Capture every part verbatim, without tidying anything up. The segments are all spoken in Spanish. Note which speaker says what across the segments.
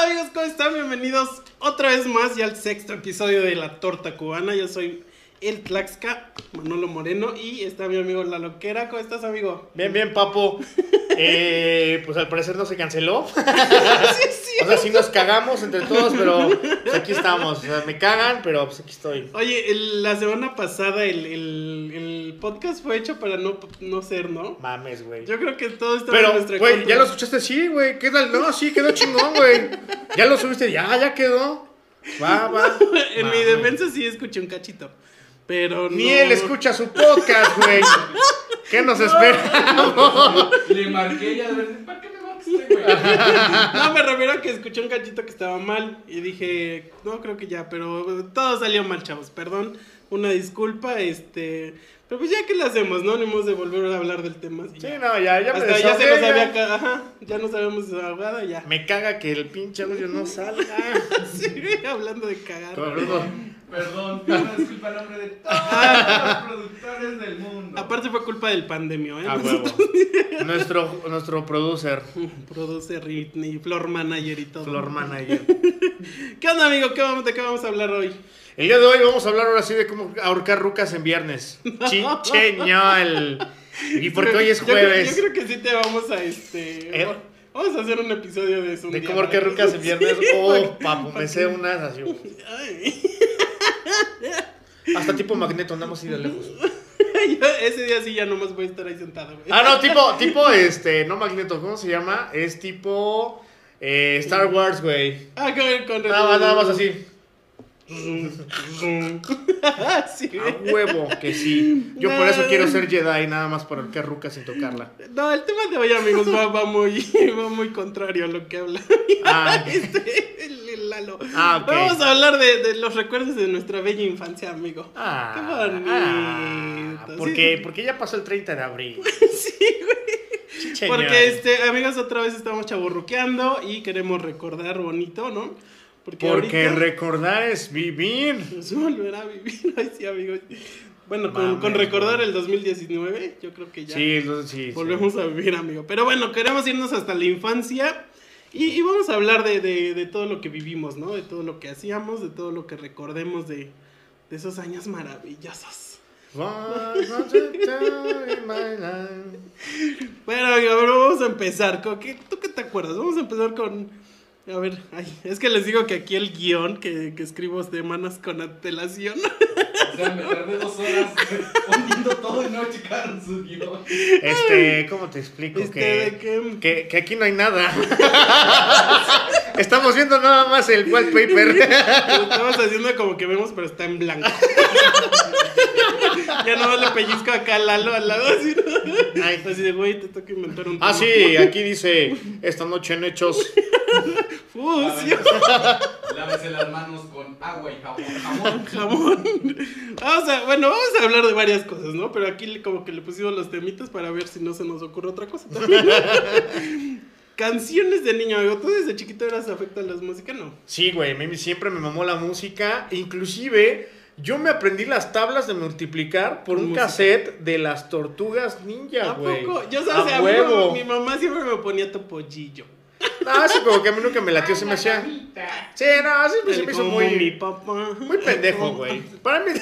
Speaker 1: amigos? ¿Cómo están? Bienvenidos otra vez más ya al sexto episodio de La Torta Cubana. Yo soy el Tlaxca, Manolo Moreno, y está mi amigo La Loquera. ¿Cómo estás, amigo?
Speaker 2: Bien, bien, papo. Eh, pues al parecer no se canceló.
Speaker 1: Sí, sí.
Speaker 2: O sea, sí nos cagamos entre todos, pero pues aquí estamos. O sea, me cagan, pero pues aquí estoy.
Speaker 1: Oye, el- la semana pasada el, el, el podcast fue hecho para no, no ser, ¿no?
Speaker 2: Mames, güey.
Speaker 1: Yo creo que todo está en
Speaker 2: Pero,
Speaker 1: nuestra
Speaker 2: güey,
Speaker 1: contra.
Speaker 2: ya lo escuchaste, sí, güey. ¿Qué tal? No, sí, quedó chingón, güey. Ya lo subiste, ya, ya quedó. Va, va.
Speaker 1: En mi
Speaker 2: Mames.
Speaker 1: defensa sí escuché un cachito. Pero
Speaker 2: Ni
Speaker 1: no.
Speaker 2: él escucha su podcast, güey. ¿Qué nos espera?
Speaker 3: Le marqué ya de ver, ¿para qué me marcaste, güey?
Speaker 1: No, me refiero a que escuché un cachito que estaba mal y dije, no, creo que ya, pero todo salió mal, chavos, perdón, una disculpa, este, pero pues ya que le hacemos, ¿no? Ni modo de volver a hablar del tema. Así
Speaker 2: Sí,
Speaker 1: ya.
Speaker 2: no, ya, ya me
Speaker 1: Hasta ya se
Speaker 2: desahogué,
Speaker 1: nos
Speaker 2: ya.
Speaker 1: había, ca- ajá, ya nos habíamos desahogado, ya.
Speaker 2: Me caga que el pinche audio no salga.
Speaker 1: Sí, hablando de cagar.
Speaker 2: Cabrón.
Speaker 3: Perdón, pido una disculpa al nombre de todos los productores del mundo.
Speaker 1: Aparte fue culpa del pandemio, ¿eh?
Speaker 2: A huevo. Nuestro, nuestro producer,
Speaker 1: Producer y, y floor manager y todo.
Speaker 2: Floor Manager.
Speaker 1: ¿Qué onda, amigo? ¿Qué vamos, ¿De qué vamos a hablar hoy?
Speaker 2: El día de hoy vamos a hablar ahora sí de cómo ahorcar rucas en viernes. Chicheñol. Y porque hoy es
Speaker 1: Yo creo-
Speaker 2: jueves.
Speaker 1: Yo, creo que sí te vamos a este.
Speaker 2: ¿Eh?
Speaker 1: Vamos a hacer un episodio de eso. un
Speaker 2: De
Speaker 1: día,
Speaker 2: cómo ahorcar
Speaker 1: ¿vale?
Speaker 2: rucas en viernes.
Speaker 1: Sí,
Speaker 2: Oh,
Speaker 1: güey.
Speaker 2: papu, me sé unas así.
Speaker 1: Ay.
Speaker 2: Hasta tipo magneto, andamos así de lejos.
Speaker 1: Yo ese día sí ya nomás voy a estar ahí sentado, güey.
Speaker 2: Ah, no, tipo, tipo, este, no magneto, ¿cómo se llama? Es tipo eh, Star Wars, güey.
Speaker 1: Ah, con, con
Speaker 2: Nada más, nada más así.
Speaker 1: Sí,
Speaker 2: A
Speaker 1: güey.
Speaker 2: huevo, que sí. Yo por eso quiero ser Jedi, nada más para ahorcar rucas sin tocarla.
Speaker 1: No, el tema de hoy, amigos, va, va muy va muy contrario a lo que habla
Speaker 2: Ah, ok.
Speaker 1: este, el, el Lalo.
Speaker 2: Ah, ok.
Speaker 1: Vamos a hablar de, de los recuerdos de nuestra bella infancia, amigo.
Speaker 2: Ah,
Speaker 1: Qué bonito.
Speaker 2: ah, ¿por
Speaker 1: Sí,
Speaker 2: qué?
Speaker 1: sí.
Speaker 2: Porque ya pasó el treinta de abril.
Speaker 1: Sí, güey.
Speaker 2: Chicheñol.
Speaker 1: Porque, este, amigos, otra vez estamos chaburruqueando y queremos recordar bonito, ¿no? Porque,
Speaker 2: Porque
Speaker 1: ahorita
Speaker 2: recordar es vivir.
Speaker 1: es volver a vivir. Ay, sí, amigos. Bueno, con,
Speaker 2: Mames,
Speaker 1: con recordar
Speaker 2: güey.
Speaker 1: el dos mil diecinueve, yo creo que ya
Speaker 2: Sí, lo- sí, sí.
Speaker 1: volvemos a vivir, amigo. Pero bueno, queremos irnos hasta la infancia y, y vamos a hablar de, de, de todo lo que vivimos, ¿no? De todo lo que hacíamos, de todo lo que recordemos de, de esos años maravillosos.
Speaker 2: Was not a time in my life.
Speaker 1: Bueno, amigo, a ver, vamos a empezar. ¿Con qué- ¿Tú qué te acuerdas? Vamos a empezar con... A ver, ay, es que les digo que aquí el guión que, que escribo semanas con antelación.
Speaker 3: O sea, me tardé dos horas hundiendo todo y no checaron su guión.
Speaker 2: Este, ¿cómo te explico?
Speaker 1: Este, de
Speaker 2: que,
Speaker 1: que-
Speaker 2: que, que aquí no hay nada. Estamos viendo nada más el wallpaper.
Speaker 1: Lo estamos haciendo como que vemos, pero está en blanco. Ya nomás le pellizco acá a Lalo al lado así, ¿no?
Speaker 2: Ay.
Speaker 1: Así de, güey, te toca inventar un
Speaker 2: Ah,
Speaker 1: tema.
Speaker 2: sí, aquí dice, esta noche en hechos.
Speaker 1: Fusión.
Speaker 3: Lávese las manos con agua y jabón. Jamón.
Speaker 1: Jamón. Vamos a, bueno, vamos a hablar de varias cosas, ¿no? Pero aquí le- como que le pusimos los temitas para ver si no se nos ocurre otra cosa también. Canciones de niño, amigo. ¿Tú desde chiquito eras afecto a las músicas? No.
Speaker 2: Sí, güey, a mí siempre me mamó la música. Inclusive, yo me aprendí las tablas de multiplicar por un
Speaker 1: Música.
Speaker 2: cassette de las Tortugas Ninja,
Speaker 1: ¿A
Speaker 2: güey.
Speaker 1: poco? Yo,
Speaker 2: A
Speaker 1: sabes, a mí
Speaker 2: huevo.
Speaker 1: mi mamá siempre me ponía topollillo.
Speaker 2: No, sí, como que a mí nunca me latió, se me hacía... Sí, no, siempre se me hizo
Speaker 1: Como mi
Speaker 2: muy...
Speaker 1: papá.
Speaker 2: Muy pendejo, güey. Para mí...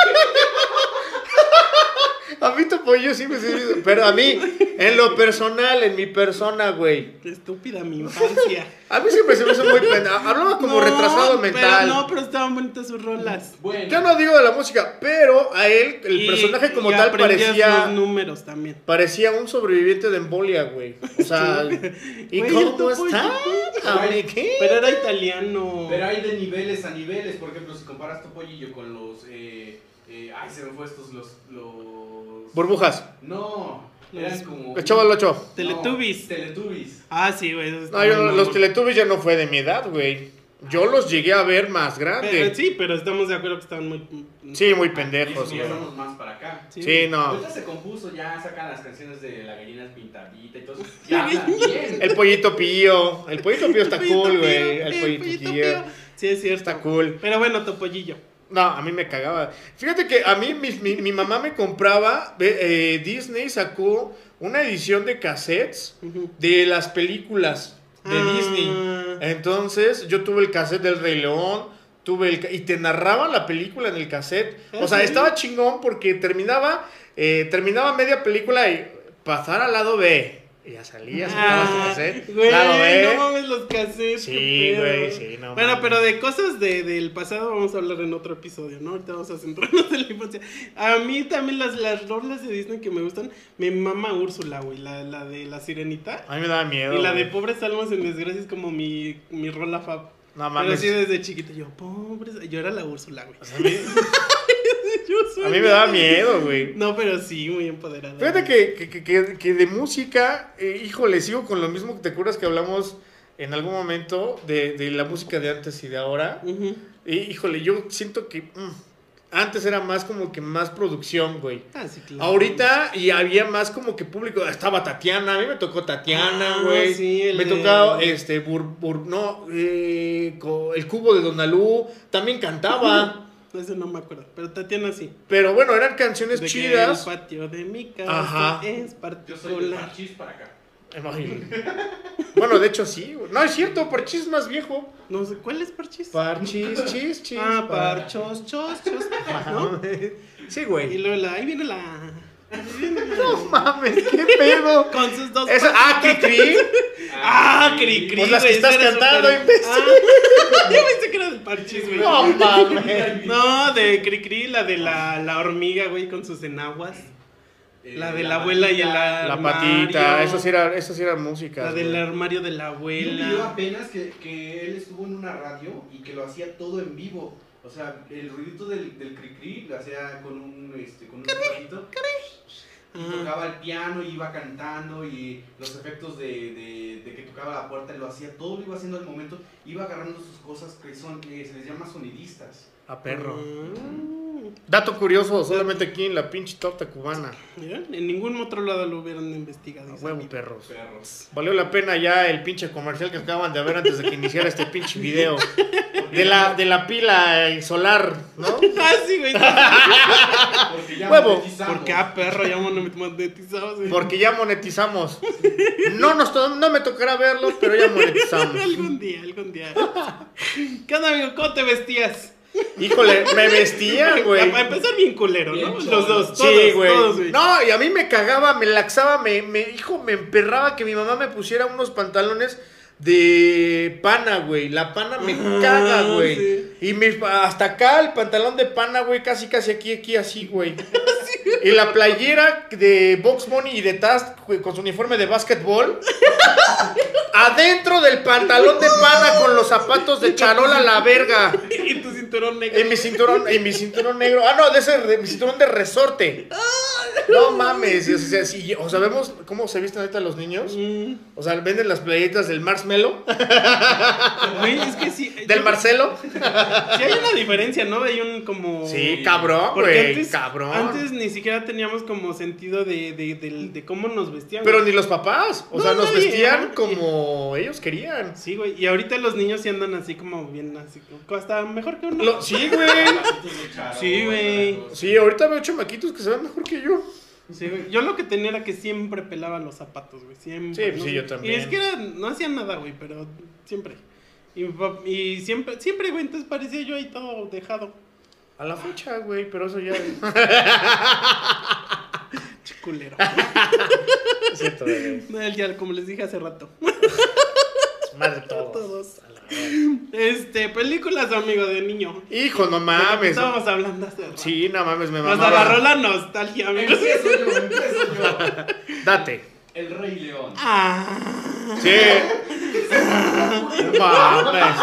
Speaker 2: A mí Topollo sí me sirve, pero a mí, en lo personal, en mi persona, güey.
Speaker 1: Qué estúpida mi infancia.
Speaker 2: A mí siempre se me hizo muy pendejo. Hablaba como
Speaker 1: No,
Speaker 2: retrasado mental.
Speaker 1: Pero no, pero estaban bonitas sus rolas.
Speaker 3: Bueno,
Speaker 2: Yo no digo de la música, pero a él, el
Speaker 1: Y-
Speaker 2: personaje como
Speaker 1: y
Speaker 2: tal
Speaker 1: aprendías
Speaker 2: parecía...
Speaker 1: los números también.
Speaker 2: Parecía un sobreviviente de embolia, güey. O sea, ¿y
Speaker 1: Güey, el
Speaker 2: cómo
Speaker 1: Topo
Speaker 2: está?
Speaker 3: Güey.
Speaker 2: ¿Qué?
Speaker 1: Pero era italiano.
Speaker 3: pero hay de niveles a niveles. Por ejemplo, si comparas Topollillo con los. Eh, eh, ay, se me fue estos. Los. los...
Speaker 2: Burbujas.
Speaker 3: No, eran como.
Speaker 2: El Chavo del Ocho.
Speaker 1: Teletubbies.
Speaker 3: No, Teletubbies.
Speaker 1: Ah, sí, güey. esos
Speaker 2: No,
Speaker 1: estaban
Speaker 2: yo,
Speaker 1: muy
Speaker 2: los
Speaker 1: buenos.
Speaker 2: Teletubbies ya no fue de mi edad, güey. Yo los llegué a ver más
Speaker 1: Pero,
Speaker 2: grandes.
Speaker 1: sí, pero estamos de acuerdo que estaban muy.
Speaker 2: Sí, muy
Speaker 3: Y
Speaker 2: pendejos,
Speaker 3: eso ya
Speaker 2: güey.
Speaker 3: somos más para acá.
Speaker 2: Sí, no.
Speaker 3: Ahorita se compuso, ya sacan las canciones de La Gallina Pintadita y todo eso. Ya hablan bien.
Speaker 2: El pollito pío. El pollito pío está
Speaker 1: El pollito
Speaker 2: cool,
Speaker 1: pío,
Speaker 2: güey. El
Speaker 1: el
Speaker 2: pollito
Speaker 1: pollito
Speaker 2: pío.
Speaker 1: pío. Sí, es cierto.
Speaker 2: Está cool.
Speaker 1: Pero bueno, Topollillo.
Speaker 2: No, a mí me cagaba. Fíjate que a mí mi, mi, mi mamá me compraba. eh, Disney sacó una edición de cassettes
Speaker 1: Ujú.
Speaker 2: de las películas de
Speaker 1: Ah.
Speaker 2: Disney. Entonces, yo tuve el cassette del Rey León, tuve el... Y te narraban la película en el cassette. O sea, estaba chingón porque terminaba, eh, terminaba media película y pasar al lado B. Y ya salía, sacabas tu cassette.
Speaker 1: Güey,
Speaker 2: lado B.
Speaker 1: no mames los cassettes.
Speaker 2: Sí, güey, sí, no
Speaker 1: Bueno,
Speaker 2: mames.
Speaker 1: pero de cosas de, del pasado vamos a hablar en otro episodio, ¿no? Ahorita vamos a centrarnos en la infancia. A mí también las, las rolas de Disney que me gustan, me mama Úrsula, güey, la, la de La Sirenita.
Speaker 2: A mí me daba miedo.
Speaker 1: Y la de
Speaker 2: güey.
Speaker 1: Pobres Almas en Desgracia es como mi, mi rola fab.
Speaker 2: No
Speaker 1: Pero
Speaker 2: mames.
Speaker 1: sí desde chiquito yo, pobres, yo era la Úrsula, güey.
Speaker 2: O sea, a mí,
Speaker 1: Yo soy
Speaker 2: a mí me daba miedo, güey.
Speaker 1: No, pero sí, muy empoderada.
Speaker 2: Fíjate que, que, que, que, que de música, eh, híjole, sigo con lo mismo que te acuerdas que hablamos en algún momento de, de la música de antes y de ahora.
Speaker 1: Uh-huh.
Speaker 2: Y, híjole, yo siento que mm, antes era más como que más producción, güey.
Speaker 1: Ah, sí, claro.
Speaker 2: Ahorita y había más como que público. Estaba Tatiana, a mí me tocó Tatiana,
Speaker 1: Ah,
Speaker 2: güey.
Speaker 1: sí, el
Speaker 2: me
Speaker 1: de-
Speaker 2: tocaba este, bur, bur- no, eh, co- el cubo de Donalú, también cantaba.
Speaker 1: Eso no me acuerdo, pero Tatiana sí.
Speaker 2: Pero bueno, eran canciones
Speaker 1: De que
Speaker 2: chidas.
Speaker 1: el patio de mi casa
Speaker 2: Ajá.
Speaker 1: es
Speaker 3: Yo soy de
Speaker 1: particular.
Speaker 3: Parchís para acá.
Speaker 2: Ay. Bueno, de hecho sí. güey. No, es cierto, Parchís es más viejo.
Speaker 1: No sé, ¿cuál es Parchís?
Speaker 2: Parchís, chis, chis.
Speaker 1: ah,
Speaker 2: par-
Speaker 1: Parchos, chos, chos. ¿No?
Speaker 2: Sí,
Speaker 1: Y
Speaker 2: güey.
Speaker 1: luego la, ahí viene la... ahí viene la-
Speaker 2: No mames, qué pedo.
Speaker 1: Con sus dos
Speaker 2: Esa, ah,
Speaker 1: patitas.
Speaker 2: Cri-Cri.
Speaker 1: Ah, cri cri.
Speaker 2: Pues las que
Speaker 1: güey,
Speaker 2: estás
Speaker 1: esa era
Speaker 2: cantando,
Speaker 1: súper-
Speaker 2: imbécil.
Speaker 1: Ah, yo pensé que era del Parchís, güey.
Speaker 2: No mames.
Speaker 1: No, de Cri Cri, la de la, la hormiga, güey, con sus enaguas.
Speaker 3: Eh,
Speaker 1: La de la abuela y el
Speaker 3: patita.
Speaker 2: La
Speaker 1: armario.
Speaker 2: patita, eso sí era, eso sí era música.
Speaker 1: La del
Speaker 2: güey.
Speaker 1: armario de la
Speaker 3: Vi un video
Speaker 1: abuela.
Speaker 3: apenas que, que él estuvo en una radio y que lo hacía todo en vivo. O sea, el ruidito del, del cri-cri lo hacía con un, este, con un aparato. Y
Speaker 1: Ah.
Speaker 3: tocaba el piano y iba cantando y los efectos de, de, de que tocaba la puerta lo hacía, todo lo iba haciendo al momento, iba agarrando sus cosas que son, que se les llama sonidistas.
Speaker 2: A perro.
Speaker 1: Ah.
Speaker 2: Dato curioso, solamente aquí en la pinche torta cubana.
Speaker 1: Mira, en ningún otro lado lo hubieran investigado.
Speaker 2: A
Speaker 1: ese
Speaker 2: huevo,
Speaker 1: video.
Speaker 2: perros.
Speaker 3: Perros.
Speaker 2: Valió la pena ya el pinche comercial que acaban de ver antes de que iniciara este pinche video. De la, de la pila eh, solar, ¿no?
Speaker 1: Ah, sí, güey.
Speaker 3: Porque ya
Speaker 2: Huevo.
Speaker 3: monetizamos.
Speaker 1: Porque, ah, perro, ya monetizamos. güey.
Speaker 2: Porque ya monetizamos. No, nos to- no me tocará verlo, pero ya monetizamos.
Speaker 1: Algún día, algún día. ¿Qué onda, amigo? ¿Cómo te vestías?
Speaker 2: Híjole, me vestía, güey.
Speaker 1: Para empezar bien culero,
Speaker 3: Bien
Speaker 1: ¿no?
Speaker 3: cholo.
Speaker 1: Los dos, todos,
Speaker 2: Sí, güey.
Speaker 1: todos, güey.
Speaker 2: No, y a mí me cagaba, me laxaba, me, me, hijo, me emperraba que mi mamá me pusiera unos pantalones de pana, güey. La pana me
Speaker 1: Ah,
Speaker 2: caga, güey.
Speaker 1: sí.
Speaker 2: Y mi, hasta acá el pantalón de pana, güey, casi, casi aquí, aquí, así, güey. Y la playera de Box Bunny y de Taz, güey, con su uniforme de básquetbol. Adentro del pantalón de pana con los zapatos de charola a la verga.
Speaker 1: Y tu cinturón negro.
Speaker 2: En mi cinturón, en mi cinturón negro. Ah, no, de ese, de mi cinturón de resorte. No mames. O sea, si, o sea, vemos cómo se visten ahorita los niños.
Speaker 1: Mm,
Speaker 2: O sea, venden las playetas del Marshmello,
Speaker 1: Güey, es que sí.
Speaker 2: del
Speaker 1: yo-
Speaker 2: Marcelo.
Speaker 1: Sí hay una diferencia, ¿no? Hay un como...
Speaker 2: Sí, cabrón,
Speaker 1: Porque
Speaker 2: güey.
Speaker 1: antes,
Speaker 2: Cabrón.
Speaker 1: antes ni siquiera teníamos como sentido de, de, de, de cómo nos vestían.
Speaker 2: Pero
Speaker 1: güey.
Speaker 2: ni los papás. O
Speaker 1: No,
Speaker 2: sea, nos
Speaker 1: nadie,
Speaker 2: vestían
Speaker 1: ajá.
Speaker 2: como ellos querían.
Speaker 1: Sí, güey. Y ahorita los niños sí andan así como bien, así como... Hasta mejor que uno.
Speaker 2: Lo- sí, güey.
Speaker 3: Zapatos de charola,
Speaker 1: Sí, güey.
Speaker 3: los-
Speaker 2: Sí, ahorita veo chamaquitos que se ven mejor que yo.
Speaker 1: Sí, güey. Yo lo que tenía era que siempre pelaba los zapatos, güey. Siempre.
Speaker 2: Sí, pues
Speaker 1: ¿no?
Speaker 2: sí, yo también.
Speaker 1: Y es que era, no hacían nada, güey, pero siempre. Y, mi pap- y siempre, siempre, güey, entonces parecía yo ahí todo dejado.
Speaker 2: A la fecha, güey, pero eso ya
Speaker 1: Chiculero.
Speaker 2: es cierto, güey.
Speaker 1: No, él ya, como les dije hace rato.
Speaker 2: Es más de todos.
Speaker 1: Todos.
Speaker 2: A la verga.
Speaker 1: Este, películas, amigo, de niño.
Speaker 2: Hijo, no
Speaker 1: De lo que
Speaker 2: mames.
Speaker 1: estábamos hablando hace rato.
Speaker 2: Sí, no mames, me
Speaker 1: Nos
Speaker 2: mamaba.
Speaker 1: agarró la nostalgia, amigos.
Speaker 3: Empiezo yo, empiezo yo.
Speaker 2: Date.
Speaker 3: El Rey León.
Speaker 1: Ah.
Speaker 2: Sí. Mames.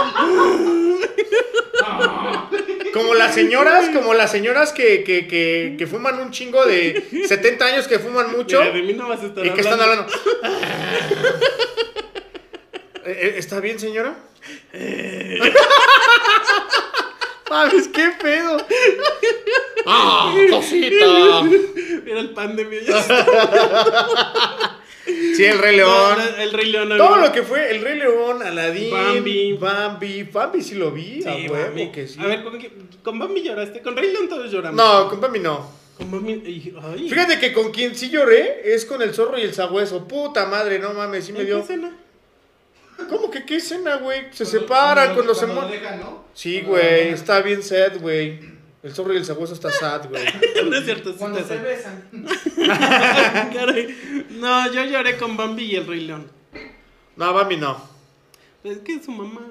Speaker 2: Como las señoras, como las señoras que, que, que, que fuman un chingo de setenta años que fuman mucho
Speaker 1: Mira, de mí no vas a estar
Speaker 2: y que están
Speaker 1: hablando.
Speaker 2: hablando. Eh, ¿Está bien, señora? Mames, qué pedo. ¡Ah, cosita!
Speaker 1: Mira el pan de mí. Ya
Speaker 2: Sí, el Rey León.
Speaker 1: No, no, el Rey León.
Speaker 2: Todo
Speaker 1: amigo.
Speaker 2: lo que fue el Rey León, Aladín,
Speaker 1: Bambi.
Speaker 2: Bambi, Bambi sí lo vi, a
Speaker 1: Sí,
Speaker 2: huevo
Speaker 1: Bambi.
Speaker 2: que sí.
Speaker 1: A ver, ¿con, qué- con Bambi lloraste? Con Rey León todos lloramos.
Speaker 2: No, con Bambi no.
Speaker 1: Con Bambi. y- Ay.
Speaker 2: Fíjate que con quien sí lloré es con el zorro y el sabueso. Puta madre, no mames, sí me
Speaker 1: ¿En
Speaker 2: dio.
Speaker 1: qué escena?
Speaker 2: ¿Cómo que qué escena, güey? Se
Speaker 3: Cuando-
Speaker 2: separan cuando,
Speaker 3: cuando
Speaker 2: se
Speaker 3: lo
Speaker 2: mueren.
Speaker 3: dejan, ¿no?
Speaker 2: Sí,
Speaker 3: Cuando
Speaker 2: güey,
Speaker 3: lo-
Speaker 2: está bien sad, güey. El sobre del sabueso está sad, güey.
Speaker 1: No es cierto, sí
Speaker 3: Cuando
Speaker 1: te
Speaker 3: se
Speaker 1: sé.
Speaker 3: besan.
Speaker 1: Caray. No, yo lloré con Bambi y el Rey León.
Speaker 2: No, Bambi no.
Speaker 1: Es que es su mamá.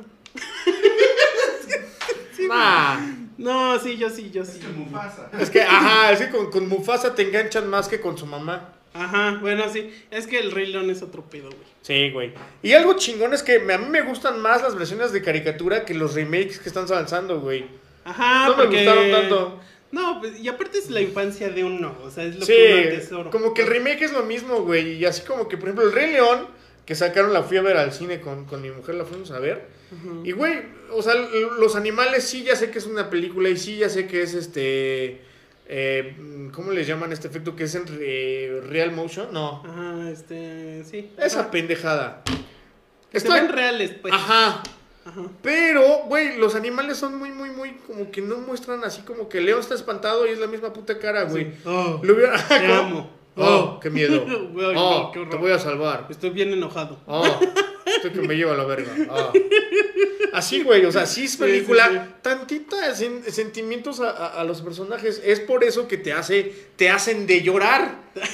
Speaker 2: Nah.
Speaker 1: No, sí, yo sí, yo
Speaker 3: Es
Speaker 1: sí.
Speaker 3: que Mufasa.
Speaker 2: Es que, ajá, es que con, con Mufasa te enganchan más que con su mamá.
Speaker 1: Ajá, bueno, sí. Es que el Rey León es otro pedo, güey.
Speaker 2: Sí, güey. Y algo chingón es que me- a mí me gustan más las versiones de caricatura que los remakes que están lanzando, güey.
Speaker 1: Ajá,
Speaker 2: No me
Speaker 1: porque...
Speaker 2: gustaron tanto.
Speaker 1: No, pues, y aparte es la infancia de uno, o sea, es lo
Speaker 2: Sí,
Speaker 1: que uno atesoro.
Speaker 2: como que el remake es lo mismo, güey. Y así como que, por ejemplo, el Rey León, que sacaron, la fui a ver al cine con, con mi mujer, la fuimos a ver.
Speaker 1: Ujú.
Speaker 2: Y, güey, o sea, l- los animales sí ya sé que es una película y sí ya sé que es este... Eh, ¿Cómo les llaman este efecto? Que es en re- real motion. No,
Speaker 1: Ajá, este, sí.
Speaker 2: esa
Speaker 1: Ajá.
Speaker 2: pendejada.
Speaker 1: Se
Speaker 2: Estoy...
Speaker 1: ven reales, pues.
Speaker 2: Ajá.
Speaker 1: Ajá.
Speaker 2: Pero, güey, los animales son muy, muy, muy, como que no muestran así como que León está espantado y es la misma puta cara, güey.
Speaker 1: Sí. Oh,
Speaker 2: Lo hubiera...
Speaker 1: te
Speaker 2: ¿Cómo?
Speaker 1: amo.
Speaker 2: Oh, qué miedo.
Speaker 1: Ay,
Speaker 2: Oh,
Speaker 1: no, qué horror.
Speaker 2: te voy a salvar.
Speaker 1: Estoy bien enojado.
Speaker 2: Oh, estoy que me lleva a la verga. Oh. Así, güey, o sea, sí es película,
Speaker 1: Sí, sí, sí.
Speaker 2: tantita sen- sentimientos a, a- a los personajes. Es por eso que te hace, te hacen de llorar.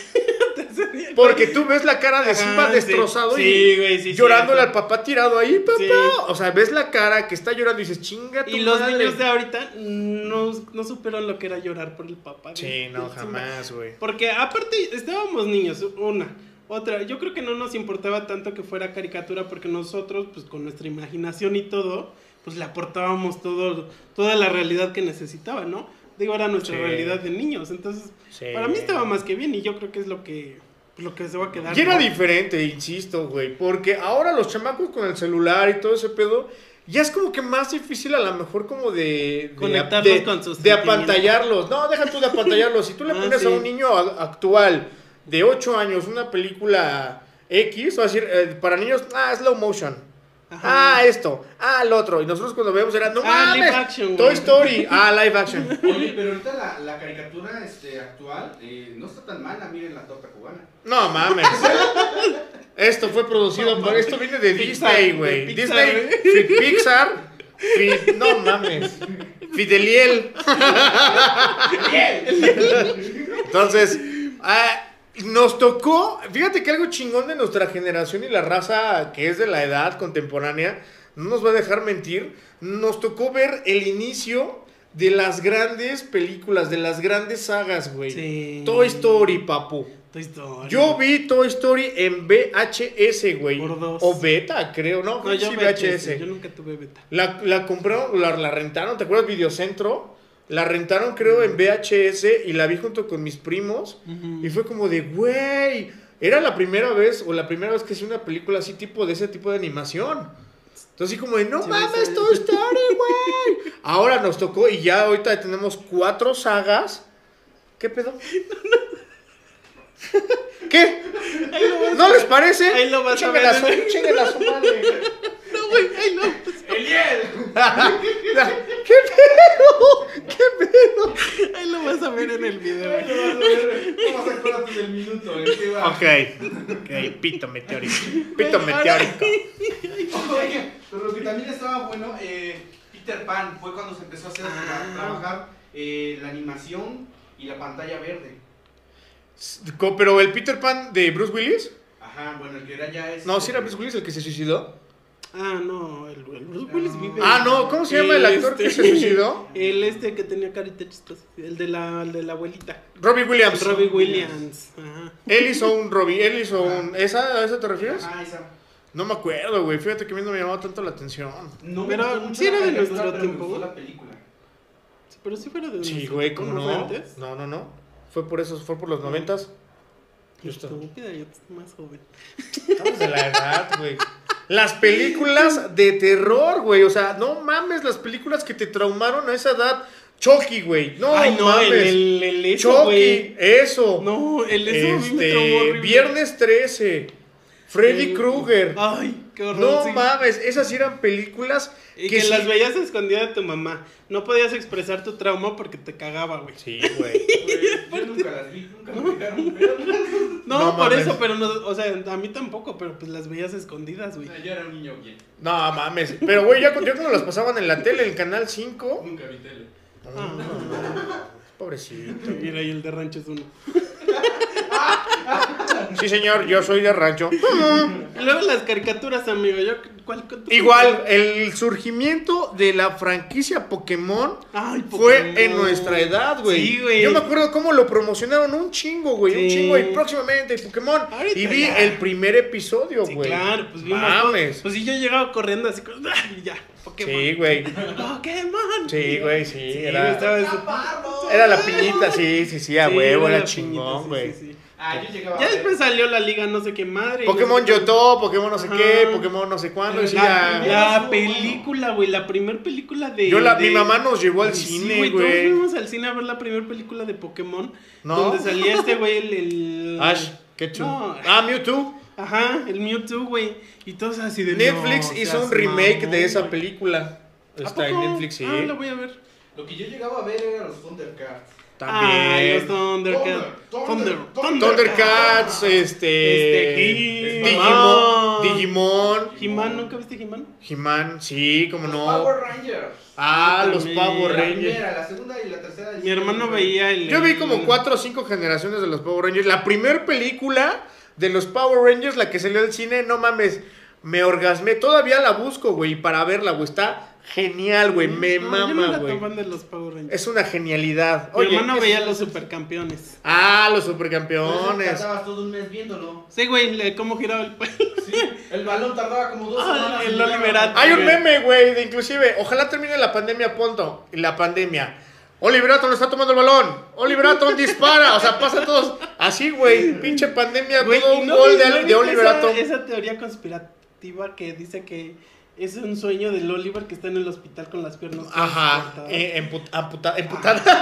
Speaker 2: Porque tú ves la cara de Simba
Speaker 1: Ajá,
Speaker 2: destrozado
Speaker 1: sí.
Speaker 2: y
Speaker 1: Sí, güey, sí,
Speaker 2: llorándole
Speaker 1: cierto.
Speaker 2: al papá tirado ahí, papá.
Speaker 1: Sí.
Speaker 2: O sea, ves la cara que está llorando y dices, chinga tu
Speaker 1: Y los
Speaker 2: madre.
Speaker 1: niños de ahorita no, no supieron lo que era llorar por el papá.
Speaker 2: Sí,
Speaker 1: güey.
Speaker 2: no,
Speaker 1: Sí,
Speaker 2: jamás, güey.
Speaker 1: Porque aparte estábamos niños, una. Otra, yo creo que no nos importaba tanto que fuera caricatura porque nosotros, pues con nuestra imaginación y todo, pues le aportábamos todo, toda la realidad que necesitaba, ¿no? Digo, era nuestra
Speaker 2: Sí.
Speaker 1: realidad de niños. Entonces,
Speaker 2: Sí.
Speaker 1: para mí estaba más que bien y yo creo que es lo que, lo que se va a quedar.
Speaker 2: Y era
Speaker 1: ¿no?
Speaker 2: diferente, insisto, güey. Porque ahora los chamacos con el celular y todo ese pedo, ya es como que más difícil a lo mejor como de... de
Speaker 1: Conectarlos
Speaker 2: de,
Speaker 1: con sus
Speaker 2: de
Speaker 1: sentimientos.
Speaker 2: apantallarlos. No, deja tú de apantallarlos. Si tú le
Speaker 1: Ah,
Speaker 2: pones
Speaker 1: sí.
Speaker 2: a un niño a- actual de ocho años una película X, va a decir, eh, para niños, ah, slow motion.
Speaker 1: Ajá.
Speaker 2: Ah, esto. Ah, el otro. Y nosotros cuando vemos era, no
Speaker 1: Ah,
Speaker 2: mames,
Speaker 1: live action,
Speaker 2: Toy
Speaker 1: güey.
Speaker 2: Story. Ah, live action.
Speaker 3: Oye, pero ahorita la, la caricatura este, actual eh, no está tan mala, miren la torta cubana.
Speaker 2: No mames. Esto fue producido
Speaker 1: No
Speaker 2: por.
Speaker 1: mames.
Speaker 2: Esto viene de
Speaker 1: Pixar,
Speaker 2: Disney,
Speaker 1: de
Speaker 2: güey.
Speaker 1: Pixar,
Speaker 2: Disney,
Speaker 1: güey.
Speaker 2: Fi- Pixar. Fi- no mames. Fideliel. Entonces, ah, nos tocó. Fíjate que algo chingón de nuestra generación y la raza que es de la edad contemporánea, no nos va a dejar mentir. Nos tocó ver el inicio de las grandes películas, de las grandes sagas, güey.
Speaker 1: Sí.
Speaker 2: Toy Story, papu.
Speaker 1: Toy Story.
Speaker 2: Yo vi Toy Story en V H S, güey.
Speaker 1: Por dos.
Speaker 2: O beta, creo, ¿no?
Speaker 1: No, yo
Speaker 2: sí,
Speaker 1: V H S, yo nunca tuve beta.
Speaker 2: La, la compraron, la, la rentaron, ¿te acuerdas? Videocentro. La rentaron, creo, en V H S y la vi junto con mis primos.
Speaker 1: Ujú.
Speaker 2: Y fue como de, güey, era la primera vez o la primera vez que hice una película así, tipo de ese tipo de animación. Entonces, así como de, no
Speaker 1: Sí,
Speaker 2: mames,
Speaker 1: sí.
Speaker 2: Toy Story, güey. Ahora nos tocó y ya ahorita tenemos cuatro sagas. ¿Qué pedo? ¿Qué?
Speaker 1: Ahí lo vas
Speaker 2: ¿No
Speaker 1: a
Speaker 2: les
Speaker 1: ver.
Speaker 2: parece?
Speaker 1: Ahí lo vas a
Speaker 2: Chinguen
Speaker 1: ver.
Speaker 2: a su- chinguen a su madre.
Speaker 1: No, güey, ahí lo vas a ver.
Speaker 3: ¡Eliel!
Speaker 2: ¿Qué pedo? ¿Qué pedo?
Speaker 1: Ahí lo vas a ver en el video, güey.
Speaker 3: Vamos a acuérdate del minuto en que va.
Speaker 2: Ok, ok, pito meteórico. Pito
Speaker 1: Güey,
Speaker 2: meteórico.
Speaker 3: Oye, pero lo que también estaba bueno, eh, Peter Pan fue cuando se empezó a hacer
Speaker 1: Ah.
Speaker 3: a trabajar eh, la animación y la pantalla verde.
Speaker 2: Co- Pero el Peter Pan de Bruce Willis.
Speaker 3: Ajá, bueno, el que era ya es.
Speaker 2: No, sí era Bruce Willis el que se suicidó.
Speaker 1: Ah, no, el, el Bruce Willis vive.
Speaker 2: Ah, no, ¿cómo se llama el actor que se suicidó?
Speaker 1: El este que tenía carita chistosa. El de la, el de la abuelita.
Speaker 2: Robbie Williams.
Speaker 1: Robbie Williams. Ajá.
Speaker 2: Él hizo un Robbie, él hizo un... ¿Esa, ¿A esa te refieres?
Speaker 3: Ah, esa.
Speaker 2: No me acuerdo, güey. Fíjate que a mí no me llamaba tanto la atención.
Speaker 3: No me
Speaker 1: Pero
Speaker 3: gustó mucho
Speaker 1: sí
Speaker 3: la
Speaker 1: era de
Speaker 3: caricatura,
Speaker 1: nuestro
Speaker 3: pero
Speaker 1: tiempo,
Speaker 3: me gustó
Speaker 1: ¿no?
Speaker 3: la película.
Speaker 1: Sí, pero sí fuera de
Speaker 2: Sí,
Speaker 1: nuestro
Speaker 2: güey,
Speaker 1: tiempo,
Speaker 2: ¿cómo
Speaker 1: fue
Speaker 2: no?
Speaker 1: antes?
Speaker 2: No, no, no. Fue por eso, fue por los noventas. Justo.
Speaker 1: Estúpida, yo soy más joven.
Speaker 2: Estamos de la edad, güey. Las películas de terror, güey. O sea, no mames, las películas que te traumaron a esa edad. Chucky, güey. No,
Speaker 1: Ay, no,
Speaker 2: mames.
Speaker 1: el, el, el eso,
Speaker 2: Chucky,
Speaker 1: güey.
Speaker 2: eso.
Speaker 1: No, el eso a mí me traumó
Speaker 2: Este,
Speaker 1: horrible.
Speaker 2: Viernes trece. Freddy
Speaker 1: El-
Speaker 2: Krueger.
Speaker 1: Ay, qué horror.
Speaker 2: No
Speaker 1: sí.
Speaker 2: mames, esas sí eran películas
Speaker 1: Y
Speaker 2: que
Speaker 1: que
Speaker 2: sí-
Speaker 1: las veías escondidas de tu mamá. No podías expresar tu trauma porque te cagaba, güey.
Speaker 2: Sí, güey.
Speaker 3: Güey, yo nunca las vi, nunca me dejaron verlas.
Speaker 1: No,
Speaker 2: No
Speaker 1: por
Speaker 2: mames.
Speaker 1: eso, pero no, o sea, a mí tampoco, pero pues las veías escondidas, güey.
Speaker 3: Yo era un niño bien.
Speaker 2: No mames. Pero, güey, ya, ya cuando las pasaban en la tele, en el canal cinco.
Speaker 3: Nunca vi tele.
Speaker 1: Ah,
Speaker 2: Pobrecito.
Speaker 1: mira, y el de rancho es uno.
Speaker 2: Sí, señor, yo soy de rancho.
Speaker 1: Y luego las caricaturas, amigo. Yo, ¿cuál, cuál-
Speaker 2: Igual, el surgimiento de la franquicia Pokémon
Speaker 1: Ay,
Speaker 2: fue
Speaker 1: Pokémon.
Speaker 2: en nuestra edad, güey.
Speaker 1: Sí, güey.
Speaker 2: Yo me acuerdo cómo lo promocionaron un chingo, güey. Un
Speaker 1: Sí.
Speaker 2: chingo y próximamente Pokémon.
Speaker 1: Ahorita
Speaker 2: Y vi
Speaker 1: ya.
Speaker 2: el primer episodio,
Speaker 1: Sí,
Speaker 2: güey.
Speaker 1: claro, pues vimos.
Speaker 2: Mames.
Speaker 1: todo. Pues sí, yo llegaba corriendo así, como, ¡ay, ya! Pokémon.
Speaker 2: Sí, güey.
Speaker 1: Pokémon.
Speaker 2: Sí, güey, sí.
Speaker 1: Sí,
Speaker 2: Era,
Speaker 1: estaba ese-
Speaker 2: era la piñita, sí, sí, sí, a
Speaker 1: Sí,
Speaker 2: huevo, era
Speaker 1: la piñita,
Speaker 2: chingón,
Speaker 1: sí,
Speaker 2: güey.
Speaker 1: sí, sí.
Speaker 3: Ah, yo llegaba
Speaker 1: Ya
Speaker 3: a ver.
Speaker 1: después salió la liga no sé qué madre. y
Speaker 2: Pokémon
Speaker 1: no sé qué-
Speaker 2: Yoto, Pokémon no sé
Speaker 1: Ajá.
Speaker 2: qué, Pokémon no sé cuándo. Y sí,
Speaker 1: La,
Speaker 2: ya-
Speaker 1: la
Speaker 3: Estuvo
Speaker 1: película, güey, la primera película de...
Speaker 2: Yo la,
Speaker 1: de-
Speaker 2: mi mamá nos llevó al
Speaker 1: Ay, sí,
Speaker 2: cine,
Speaker 1: Todos
Speaker 2: güey.
Speaker 1: fuimos al cine a ver la primera película de Pokémon.
Speaker 2: ¿No?
Speaker 1: Donde salía este güey, el... el-
Speaker 2: Ash, qué chulo.
Speaker 1: No.
Speaker 2: Ah, Mewtwo.
Speaker 1: Ajá, el Mewtwo, güey. Y todos así de...
Speaker 2: Netflix
Speaker 1: no,
Speaker 2: hizo
Speaker 1: seas
Speaker 2: un remake
Speaker 1: mamón,
Speaker 2: de esa
Speaker 1: güey.
Speaker 2: película.
Speaker 1: ¿A
Speaker 2: Está en
Speaker 1: poco?
Speaker 2: Netflix, sí.
Speaker 1: Ah, la voy a ver.
Speaker 3: Lo que yo llegaba a ver eran los Thundercats.
Speaker 1: Ay, los
Speaker 2: También.
Speaker 1: Thundercats.
Speaker 3: Thunder,
Speaker 1: Thunder,
Speaker 3: Thunder,
Speaker 2: Thundercats, este.
Speaker 1: Este,
Speaker 2: Digimon.
Speaker 1: Digimon.
Speaker 2: Digimon.
Speaker 1: He-Man, ¿nunca viste He-Man?
Speaker 2: He-Man, sí, cómo
Speaker 3: Los
Speaker 2: no.
Speaker 3: Power Rangers.
Speaker 2: Ah,
Speaker 1: Yo
Speaker 2: los
Speaker 1: también.
Speaker 2: Power
Speaker 3: La
Speaker 2: Rangers.
Speaker 3: primera, la segunda y la tercera.
Speaker 1: Mi hermano veía el...
Speaker 2: Yo vi
Speaker 1: el-
Speaker 2: como cuatro o cinco generaciones de los Power Rangers. La primera película de los Power Rangers, la que salió del cine, no mames, me orgasmé. Todavía la busco, güey, para verla, güey. Está genial, güey. Me
Speaker 1: No, yo no
Speaker 2: mama,
Speaker 1: era
Speaker 2: güey.
Speaker 1: tan fan de los Power Rangers.
Speaker 2: Es una genialidad.
Speaker 1: Mi
Speaker 2: Oye,
Speaker 1: hermano
Speaker 2: es-
Speaker 1: veía los supercampeones.
Speaker 2: Ah, los
Speaker 3: Entonces,
Speaker 2: supercampeones.
Speaker 3: Tardabas todo un mes viéndolo.
Speaker 1: Sí, güey, le- cómo giraba el pelo.
Speaker 3: Sí, el balón tardaba como dos
Speaker 1: Ah,
Speaker 3: semanas.
Speaker 1: el
Speaker 3: en llegar a-
Speaker 1: Oliverato.
Speaker 2: Hay un meme, güey, de inclusive, ojalá termine la pandemia pronto. La pandemia. Oliver Atom está tomando el balón. Oliver Atom dispara. O sea, pasa todos así, güey. Pinche pandemia,
Speaker 1: Güey,
Speaker 2: todo
Speaker 1: ¿y
Speaker 2: un
Speaker 1: no
Speaker 2: gol
Speaker 1: vi-
Speaker 2: de,
Speaker 1: no
Speaker 2: de
Speaker 1: viste
Speaker 2: Oliver
Speaker 1: esa,
Speaker 2: Atom.
Speaker 1: esa teoría conspirativa que dice que es un sueño del Oliver que está en el hospital con las piernas todas
Speaker 2: Ajá,
Speaker 1: cortadas.
Speaker 2: eh, empu- amputa- emputada.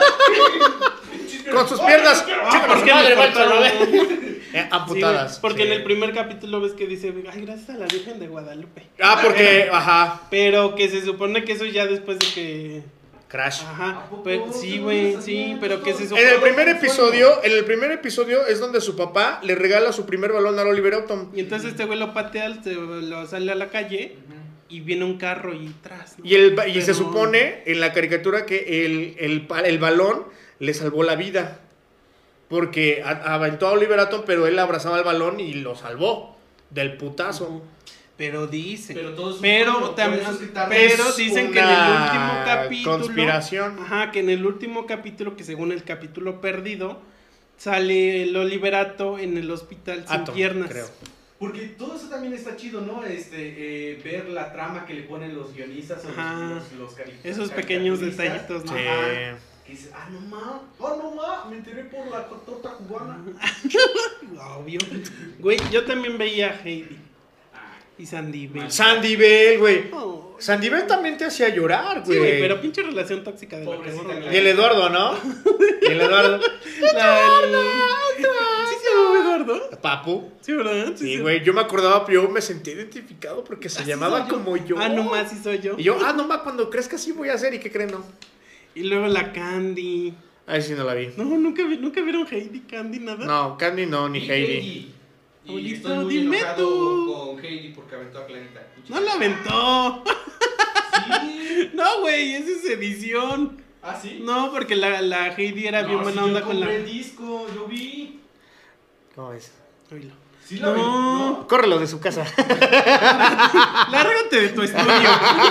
Speaker 2: Con sus piernas.
Speaker 1: Ah,
Speaker 2: Chica,
Speaker 1: ¿por
Speaker 2: su
Speaker 1: qué
Speaker 2: madre,
Speaker 1: le
Speaker 2: Balsa,
Speaker 1: cortaron?
Speaker 2: ¿no? Eh,
Speaker 1: Sí, güey,
Speaker 2: amputadas.
Speaker 1: porque
Speaker 2: sí.
Speaker 1: en el primer capítulo ves que dice, ay, gracias a la Virgen de Guadalupe.
Speaker 2: Ah, porque, ajá.
Speaker 1: Pero que se supone que eso ya después de que...
Speaker 2: Crash.
Speaker 1: Ajá,
Speaker 3: ¿A poco?
Speaker 1: pero, sí,
Speaker 3: Yo no
Speaker 1: güey,
Speaker 3: sabía
Speaker 1: sí,
Speaker 3: eso.
Speaker 1: pero que se supone...
Speaker 2: En el primer
Speaker 3: Sueño.
Speaker 2: episodio, en el primer episodio es donde su papá le regala su primer balón a Oliver Atom.
Speaker 1: Y entonces este güey lo patea, se, lo sale a la calle
Speaker 3: Ujú.
Speaker 1: y viene un carro y tras. ¿no?
Speaker 2: Y, el, ba- y se
Speaker 1: Pero-
Speaker 2: supone en la caricatura que el, el, pa- el balón le salvó la vida. Porque a- aventó a Oliver Atom, pero él abrazaba el balón y lo salvó del putazo.
Speaker 1: Pero dice.
Speaker 3: Pero todo es un
Speaker 1: Pero
Speaker 3: sueño, por
Speaker 1: también.
Speaker 3: eso es que tarda-
Speaker 1: Pero
Speaker 2: Es
Speaker 1: dicen que en el
Speaker 2: una
Speaker 1: último capítulo.
Speaker 2: conspiración.
Speaker 1: Ajá, que en el último capítulo, que según el capítulo perdido, sale el Oliverato en el hospital sin
Speaker 2: Atom,
Speaker 1: piernas.
Speaker 2: creo.
Speaker 3: Porque todo eso también está chido, ¿no? Este, eh, ver la trama que le ponen los guionistas o los,
Speaker 1: Ajá.
Speaker 3: los, los cari-
Speaker 1: Esos
Speaker 3: caricaturistas.
Speaker 1: pequeños detallitos, ¿no?
Speaker 2: Sí.
Speaker 3: Ajá. Que dices, ah, no ma, oh, no ma, me enteré por la torta cubana.
Speaker 1: Obvio. Güey, yo también veía a Heidi
Speaker 3: Ah,
Speaker 1: y Sandy Bell.
Speaker 2: Sandy Bell, güey.
Speaker 1: Oh,
Speaker 2: Sandy Bell también te hacía llorar,
Speaker 1: sí,
Speaker 2: güey.
Speaker 1: güey, pero pinche relación tóxica de la que
Speaker 3: Pobrecita
Speaker 1: borro,
Speaker 3: Clara.
Speaker 2: Y el Eduardo, ¿no? Y el Eduardo.
Speaker 1: La- el- ¿Sí se llama Eduardo?
Speaker 2: Papu.
Speaker 1: Sí, ¿verdad?
Speaker 2: Sí, güey. Yo me acordaba, yo me sentí identificado porque se
Speaker 1: Así
Speaker 2: llamaba
Speaker 1: soy yo.
Speaker 2: como yo.
Speaker 1: Ah, nomás sí soy yo.
Speaker 2: Y yo, ah, nomás cuando crezca sí voy a hacer. ¿Y qué creen, no?
Speaker 1: Y luego la Candy.
Speaker 2: Ahí sí no la vi.
Speaker 1: No, nunca, vi- nunca vieron Heidi, Candy, nada.
Speaker 2: No, Candy no, ni
Speaker 3: y
Speaker 2: Heidi.
Speaker 3: Y
Speaker 1: Abuelito,
Speaker 3: estoy muy
Speaker 1: dime
Speaker 3: enojado
Speaker 1: tú.
Speaker 3: con Heidi porque aventó a Clarita.
Speaker 1: No la aventó.
Speaker 3: Sí.
Speaker 1: No, güey, esa es edición.
Speaker 3: ¿Ah, sí?
Speaker 1: No, porque la, la Heidi era
Speaker 3: No,
Speaker 1: bien
Speaker 3: sí,
Speaker 1: buena
Speaker 3: yo
Speaker 1: onda con la.
Speaker 3: compré el disco, yo vi.
Speaker 2: ¿Cómo es?
Speaker 1: Oílo.
Speaker 3: Sí la
Speaker 1: No.
Speaker 3: vi, ¿no?
Speaker 2: Córrelo de su casa.
Speaker 1: Lárgate de tu estudio.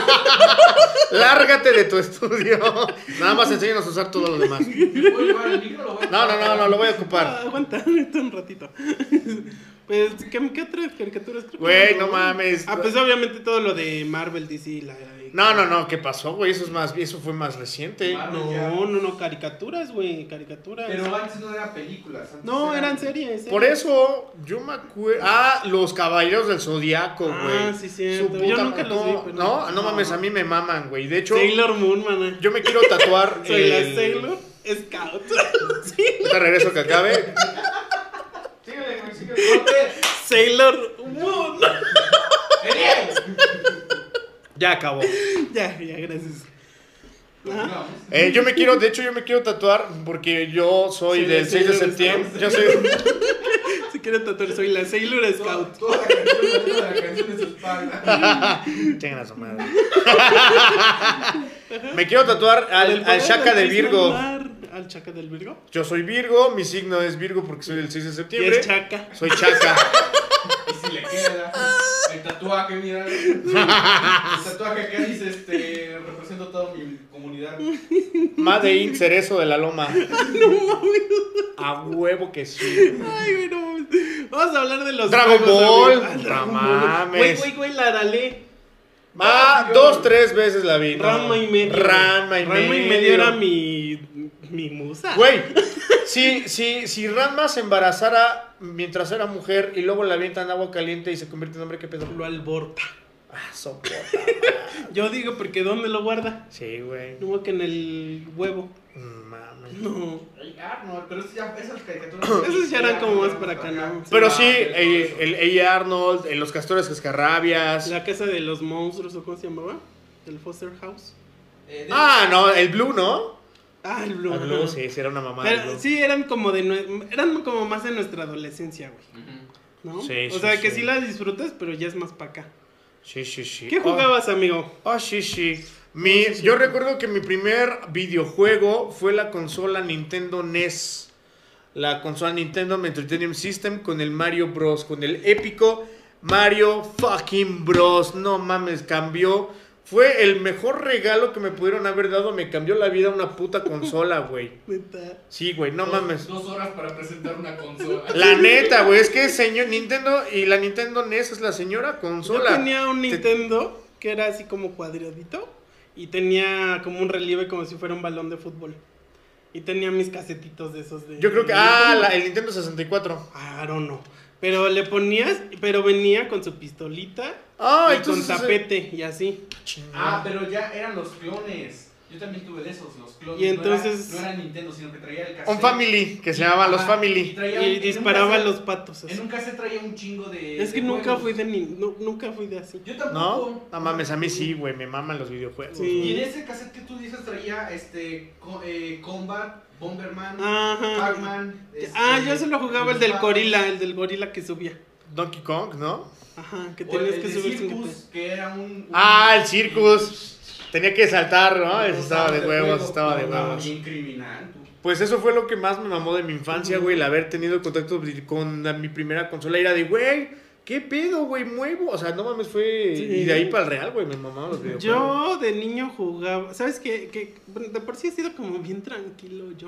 Speaker 2: Lárgate de tu estudio. Nada más enséñanos a usar todo lo demás.
Speaker 3: ¿Me puedo llevar el micro? Lo voy a
Speaker 2: No, no, no, no, lo voy a ocupar.
Speaker 1: Ah, aguanta, ahorita un ratito. Pues, ¿qué, qué otras caricaturas? Creo que
Speaker 2: Güey, no mames.
Speaker 1: Ah, pues obviamente todo lo de Marvel, D C, la...
Speaker 2: No, no, no, ¿qué pasó, güey? Eso es más, eso fue más reciente.
Speaker 3: Ah,
Speaker 1: No, no, no, caricaturas, güey, caricaturas.
Speaker 3: Pero antes no eran películas. Antes
Speaker 1: No, eran series. series.
Speaker 2: Por eso, yo me acuerdo. Ah, los Caballeros del Zodiaco, güey.
Speaker 1: Ah, sí, cierto. Yo nunca los vi,
Speaker 2: no,
Speaker 1: pero-
Speaker 2: no, no mames, a mí me maman, güey. De hecho,
Speaker 1: Sailor Moon, maná.
Speaker 2: yo me quiero tatuar.
Speaker 1: Soy la
Speaker 2: el-
Speaker 1: Sailor Scout. Sí.
Speaker 2: Ahorita regreso que acabe.
Speaker 3: Síguele, güey, síguele. Corte.
Speaker 1: Sailor Moon.
Speaker 2: Ya acabó.
Speaker 1: Ya, ya, gracias. Ajá.
Speaker 2: Eh, yo me quiero, de hecho yo me quiero tatuar porque yo soy
Speaker 1: Sí,
Speaker 2: del
Speaker 1: sí,
Speaker 2: seis de
Speaker 1: sí,
Speaker 2: septiembre.
Speaker 1: sí.
Speaker 2: Yo soy...
Speaker 1: Si quieren tatuar, soy la Sailor Scout.
Speaker 3: Toda la canción, toda la canción de su espalda.
Speaker 2: Tengan a su madre. Me quiero tatuar al,
Speaker 1: Del
Speaker 2: al
Speaker 1: poder
Speaker 2: Shaka de
Speaker 1: del
Speaker 2: Virgo.
Speaker 1: celular. ¿Al Chaka del Virgo?
Speaker 2: Yo soy Virgo, mi signo es Virgo porque soy del seis de
Speaker 1: Y
Speaker 2: septiembre.
Speaker 1: es Chaka.
Speaker 2: Soy Chaka.
Speaker 3: Y si le queda el tatuaje, mira. El tatuaje que dice, este, represento toda mi comunidad.
Speaker 2: Made in Cerezo de la Loma. A huevo que sí.
Speaker 1: Ay, güey, no mames. Vamos a hablar de los
Speaker 2: Dragon
Speaker 1: juegos,
Speaker 2: Ball.
Speaker 1: amigo. Ah, Dragon
Speaker 2: No
Speaker 1: Ball.
Speaker 2: mames.
Speaker 1: Güey, güey, güey, la Arale.
Speaker 2: Ah, dos, tres veces la vi. no.
Speaker 1: Ranma y medio.
Speaker 2: Ranma y
Speaker 1: Ranma
Speaker 2: medio.
Speaker 1: y medio era mi, mi musa.
Speaker 2: Güey, si, si, si Ranma se embarazara mientras era mujer y luego la avientan en agua caliente y se convierte en hombre, ¿qué pedo?
Speaker 1: Lo alborta.
Speaker 2: Ah, soporta.
Speaker 1: Yo digo, porque ¿dónde lo guarda?
Speaker 2: Sí, güey.
Speaker 1: No, que en el huevo.
Speaker 2: Mames.
Speaker 1: No.
Speaker 3: Ay, Arnold, pero eso ya, esas caricaturas.
Speaker 1: Esos ya eran como más para acá, ¿no?
Speaker 2: Pero
Speaker 3: Ah,
Speaker 2: sí,
Speaker 3: eso,
Speaker 2: eh,
Speaker 3: eso.
Speaker 2: el A. Arnold, eh, los castores cascarrabias.
Speaker 1: La casa de los monstruos, ¿o cómo se llamaba? El Foster House.
Speaker 3: Eh, de-
Speaker 2: Ah, no, el Blue, ¿no?
Speaker 1: Ah, el Blue.
Speaker 2: El Blue,
Speaker 1: ajá.
Speaker 2: sí, sí, era una mamada. el
Speaker 1: Pero
Speaker 2: Blue.
Speaker 1: sí, eran como de nue- eran como más de nuestra adolescencia, güey.
Speaker 3: Ujú.
Speaker 1: ¿No?
Speaker 2: Sí,
Speaker 1: o
Speaker 2: sí,
Speaker 1: sea, que
Speaker 2: sí.
Speaker 1: sí la disfrutas, pero ya es más para acá.
Speaker 2: Sí, sí, sí.
Speaker 1: ¿Qué
Speaker 2: Oh.
Speaker 1: jugabas, amigo?
Speaker 2: Ah, sí, sí. Mi, yo recuerdo que mi primer videojuego fue la consola Nintendo N E S. La consola Nintendo Entertainment System con el Mario Bros. Con el épico Mario fucking Bros. No mames, cambió. Fue el mejor regalo que me pudieron haber dado. Me cambió la vida una puta consola, güey.
Speaker 1: Neta.
Speaker 2: Sí, güey, no
Speaker 3: Dos-
Speaker 2: mames.
Speaker 3: Dos horas para presentar una consola.
Speaker 2: La neta, güey, es que señor Nintendo y la Nintendo N E S es la señora consola.
Speaker 1: Yo tenía un
Speaker 2: Te-
Speaker 1: Nintendo que era así como cuadradito y tenía como un relieve como si fuera un balón de fútbol. Y tenía mis casetitos de esos de...
Speaker 2: Yo creo que...
Speaker 1: de
Speaker 2: Ah,
Speaker 1: Nintendo.
Speaker 2: la- el Nintendo sesenta y cuatro.
Speaker 1: I don't know. Pero le ponías, pero venía con su pistolita
Speaker 2: Ah,
Speaker 1: y
Speaker 2: entonces...
Speaker 1: con tapete y así.
Speaker 3: Ah, pero ya eran los clones. Yo también tuve de esos, los clones.
Speaker 1: Y entonces-
Speaker 3: No era, no era Nintendo, sino que traía el cassette.
Speaker 2: Un Family, que se llamaban los
Speaker 3: Ajá,
Speaker 2: Family.
Speaker 3: traía un-
Speaker 1: Y
Speaker 3: en
Speaker 1: disparaba
Speaker 3: un
Speaker 1: a
Speaker 3: cassette-
Speaker 1: los patos así.
Speaker 3: En un cassette traía un chingo de.
Speaker 1: Es que
Speaker 3: de
Speaker 1: nunca
Speaker 3: juegos.
Speaker 1: fui de ni, no, nunca fui de así.
Speaker 3: Yo tampoco.
Speaker 2: ¿No? No mames, a mí sí, güey, me maman los videojuegos.
Speaker 1: Sí.
Speaker 3: Y en ese cassette que tú dices traía este co- eh, Combat, Bomberman,
Speaker 1: Ajá.
Speaker 3: Pac-Man. este,
Speaker 1: Ah, yo solo jugaba el del
Speaker 3: los
Speaker 1: gorila, el del gorila que subía.
Speaker 2: Donkey Kong, ¿no?
Speaker 1: Ajá, que
Speaker 3: O
Speaker 1: tenías
Speaker 3: el
Speaker 1: que
Speaker 3: de
Speaker 1: subir sin
Speaker 3: Circus,
Speaker 1: que
Speaker 3: que era un, un-
Speaker 2: Ah, el Circus. Tenía que saltar, ¿no? Ese
Speaker 3: un
Speaker 2: estaba de huevos,
Speaker 3: juego,
Speaker 2: estaba de
Speaker 3: no,
Speaker 2: huevos.
Speaker 3: Bien criminal, tú.
Speaker 2: Pues eso fue lo que más me mamó de mi infancia, güey, el haber tenido contacto con la- mi primera consola. Era de, güey, ¿qué pedo, güey? Muevo. O sea, no mames, fue...
Speaker 1: Sí.
Speaker 2: Y de ahí para el real, güey, me mamaban los videojuegos.
Speaker 1: Yo de niño jugaba, ¿sabes qué? Que bueno, de por sí he sido como bien tranquilo yo.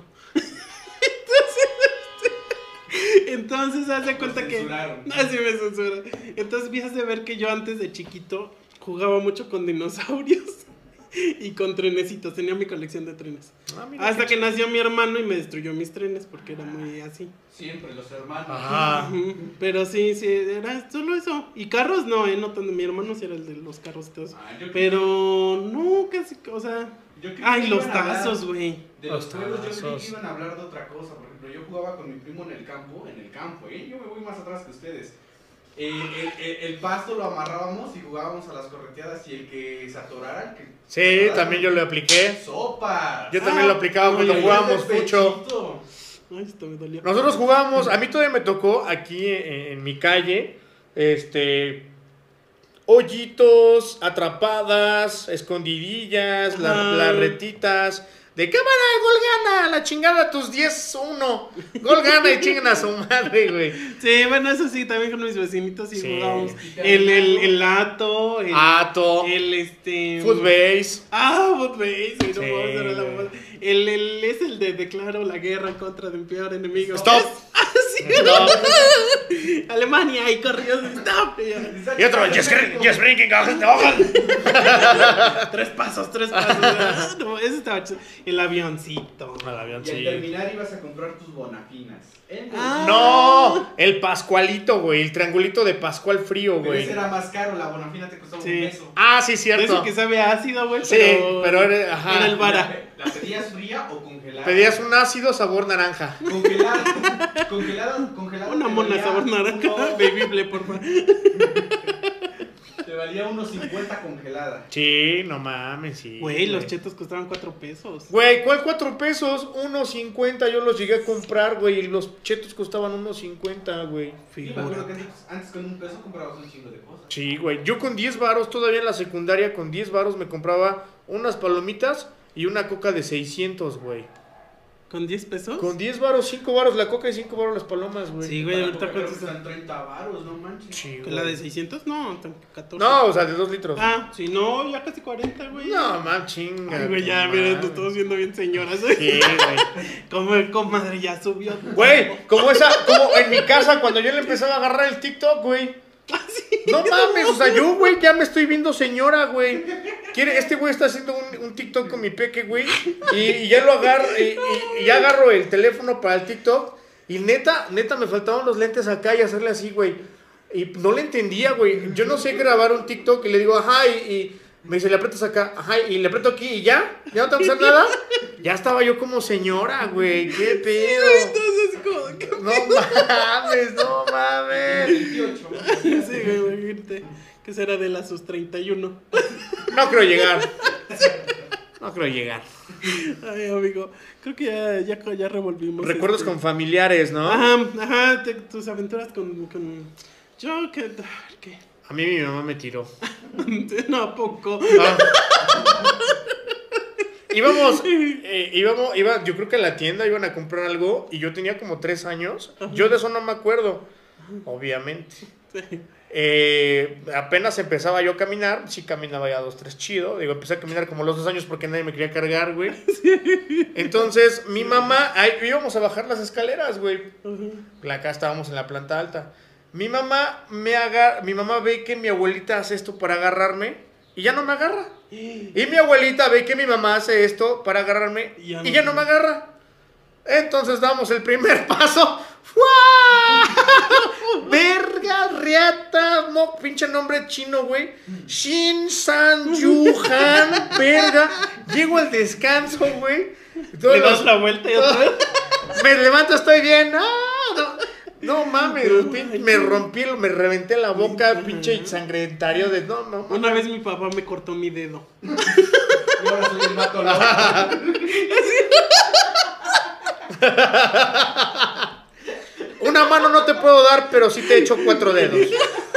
Speaker 1: Entonces, entonces haz de cuenta
Speaker 3: Lo
Speaker 1: que...
Speaker 3: censuraron.
Speaker 1: Así me censura. Entonces empiezas a ver que yo antes de chiquito jugaba mucho con dinosaurios y con trenecitos. Tenía mi colección de trenes.
Speaker 2: Ah, mira,
Speaker 1: Hasta
Speaker 2: qué
Speaker 1: que nació mi hermano y me destruyó mis trenes porque era muy así.
Speaker 3: Siempre los hermanos.
Speaker 2: Ajá.
Speaker 1: Ujú. Pero sí, sí, era solo eso. Y carros no, eh, no tanto. Mi hermano sí era el de los carros y todo eso.
Speaker 3: Ah, yo creo
Speaker 1: Pero no, casi, o sea...
Speaker 3: Yo creí
Speaker 1: Ay,
Speaker 3: que
Speaker 1: los
Speaker 3: iban a hablar
Speaker 1: tazos, güey.
Speaker 3: De los
Speaker 2: Los
Speaker 3: juegos, yo creí
Speaker 2: tazos.
Speaker 3: que iban a hablar de otra cosa. Por ejemplo, yo jugaba con mi primo en el campo, en el campo, ¿eh? Yo me voy más atrás que ustedes. Eh, el, el- el pasto lo amarrábamos y jugábamos a las correteadas y el que se atorara, el que
Speaker 2: Sí,
Speaker 3: se atorara,
Speaker 2: también yo lo apliqué.
Speaker 3: ¡Sopa!
Speaker 2: Yo también lo aplicaba
Speaker 1: Ay,
Speaker 2: cuando
Speaker 1: ay,
Speaker 2: jugábamos
Speaker 3: Ese
Speaker 2: mucho.
Speaker 3: pechito.
Speaker 1: Ay, esto me dolió.
Speaker 2: Nosotros jugábamos, a mí todavía me tocó aquí en, en mi calle, este, hoyitos, atrapadas, escondidillas, la-
Speaker 1: Ajá.
Speaker 2: las retitas, de cámara, gol gana, la chingada tus diez uno, gol gana y chingan a su madre, güey.
Speaker 1: Sí, bueno, eso sí, también con mis vecinitos sí,
Speaker 2: Sí.
Speaker 1: jugábamos. El, el, el ato, el,
Speaker 2: Ato,
Speaker 1: el este...
Speaker 2: footbase,
Speaker 1: Ah, Footbase, sí, no,
Speaker 2: Sí,
Speaker 1: vamos a ver la
Speaker 2: güey.
Speaker 1: voz. El, el, es el de declaro la guerra en contra de mi peor enemigo.
Speaker 2: stop,
Speaker 1: Ah, sí.
Speaker 2: stop,
Speaker 1: Alemania y corrió stop. Y ya.
Speaker 2: y otro, yes, yes, bringing
Speaker 1: Tres pasos, tres pasos. Ah, no, ese estaba chido. El avioncito.
Speaker 2: al avión,
Speaker 3: Y al
Speaker 2: sí.
Speaker 3: terminar ibas a comprar tus bonafinas. En
Speaker 1: Ah.
Speaker 2: No, el pascualito, güey, el triangulito de Pascual frío,
Speaker 3: Pero
Speaker 2: güey.
Speaker 3: ese era más caro, la bonafina te costaba
Speaker 1: Sí.
Speaker 3: un peso.
Speaker 2: Ah, sí,
Speaker 1: De
Speaker 2: cierto.
Speaker 1: eso que sabe a ácido, güey.
Speaker 2: Sí,
Speaker 1: pero,
Speaker 2: pero era- ajá.
Speaker 1: era el vara.
Speaker 3: ¿La pedías fría o congelada?
Speaker 2: Pedías un ácido sabor naranja.
Speaker 3: Congelada. Congelada, congelada.
Speaker 1: Una
Speaker 3: te
Speaker 1: mona
Speaker 3: dolía
Speaker 1: sabor naranja.
Speaker 3: un ojo,
Speaker 1: Bebible, por favor.
Speaker 3: Te Te valía uno cincuenta congelada.
Speaker 2: Sí, no mames, sí.
Speaker 1: Güey, los chetos costaban cuatro pesos.
Speaker 2: Güey, ¿cuál cuatro pesos? uno cincuenta yo los llegué a comprar, güey, y los chetos costaban uno cincuenta, güey.
Speaker 3: Sí, me acuerdo que antes, antes con un peso comprabas un chingo de cosas.
Speaker 2: Sí, güey, yo con diez varos, todavía en la secundaria, con diez varos me compraba unas palomitas y una coca de seiscientos, güey.
Speaker 1: ¿Con diez pesos?
Speaker 2: Con diez varos, cinco varos la coca y cinco varos las palomas, güey.
Speaker 1: Sí, güey, ahorita cuántos
Speaker 3: están treinta varos, no manches.
Speaker 2: Sí,
Speaker 1: ¿La
Speaker 2: güey.
Speaker 1: de seiscientos? No, catorce.
Speaker 2: No, o sea, de dos litros.
Speaker 1: Ah, sí, no, ya casi cuarenta, güey.
Speaker 2: No, man, chinga.
Speaker 1: Ay, güey, ya, mira, nos estamos viendo bien señoras.
Speaker 2: Sí, güey.
Speaker 1: Como el comadre ya subió.
Speaker 2: Güey, como esa, como en mi casa cuando yo le empezaba a agarrar el TikTok, güey. No mames, o sea, yo, güey, ya me estoy viendo señora, güey. Quiere, este güey está haciendo un, un TikTok con mi peque, güey. Y, y ya lo agarro, y, y- y ya agarro el teléfono para el TikTok. Y neta, neta, me faltaban los lentes acá y hacerle así, güey. Y no le entendía, güey. Yo no sé grabar un TikTok y le digo, ajá, y, y me dice, le aprietas acá, ajá, y le aprieto aquí y ya, ya no tengo que hacer nada. Ya estaba yo como señora, güey, qué pedo.
Speaker 1: Entonces, como, ¿qué?
Speaker 2: No mames, no mames.
Speaker 3: veintiocho.
Speaker 1: Sí, güey, imagínate. Que será de las sus treinta y uno.
Speaker 2: No creo llegar. No creo llegar.
Speaker 1: Ay, amigo. Creo que ya, ya, ya revolvimos.
Speaker 2: Recuerdos
Speaker 1: este.
Speaker 2: con familiares, ¿no?
Speaker 1: Ajá, ajá, te- tus aventuras con, con... Yo, que... ¿Qué?
Speaker 2: A mí mi mamá me tiró.
Speaker 1: No, ¿a poco?
Speaker 2: Ah. Íbamos, eh, íbamos, iba, yo creo que a la tienda iban a comprar algo y yo tenía como tres años. Yo de eso no me acuerdo, obviamente.
Speaker 1: Sí.
Speaker 2: Eh, apenas empezaba yo a caminar, sí caminaba ya dos, tres chido. Digo, empecé a caminar como los dos años porque nadie me quería cargar, güey. Entonces, mi mamá, ahí íbamos a bajar las escaleras, güey. Acá estábamos en la planta alta. Mi mamá me agarra, mi mamá ve que mi abuelita hace esto para agarrarme y ya no me agarra. Y mi abuelita ve que mi mamá hace esto para agarrarme
Speaker 1: Y ya
Speaker 2: y
Speaker 1: no-
Speaker 2: ya no me agarra. Entonces damos el primer paso. ¡Fua! Verga, riata, no, pinche nombre chino, güey. Shin San Yu Han, verga. Llego al descanso, güey. Todos
Speaker 1: Le das
Speaker 2: los-
Speaker 1: la vuelta y otra vez.
Speaker 2: Me levanto, estoy bien. ¡Ah! No, no mames,
Speaker 1: No,
Speaker 2: pin-
Speaker 1: ay,
Speaker 2: me
Speaker 1: no.
Speaker 2: rompí, me reventé la boca,
Speaker 1: Ajá.
Speaker 2: pinche sangrentario de no, no.
Speaker 1: Una vez mi papá me cortó mi dedo.
Speaker 3: Y ahora soy el vato loco.
Speaker 2: Una mano no te puedo dar, pero sí te echo cuatro dedos.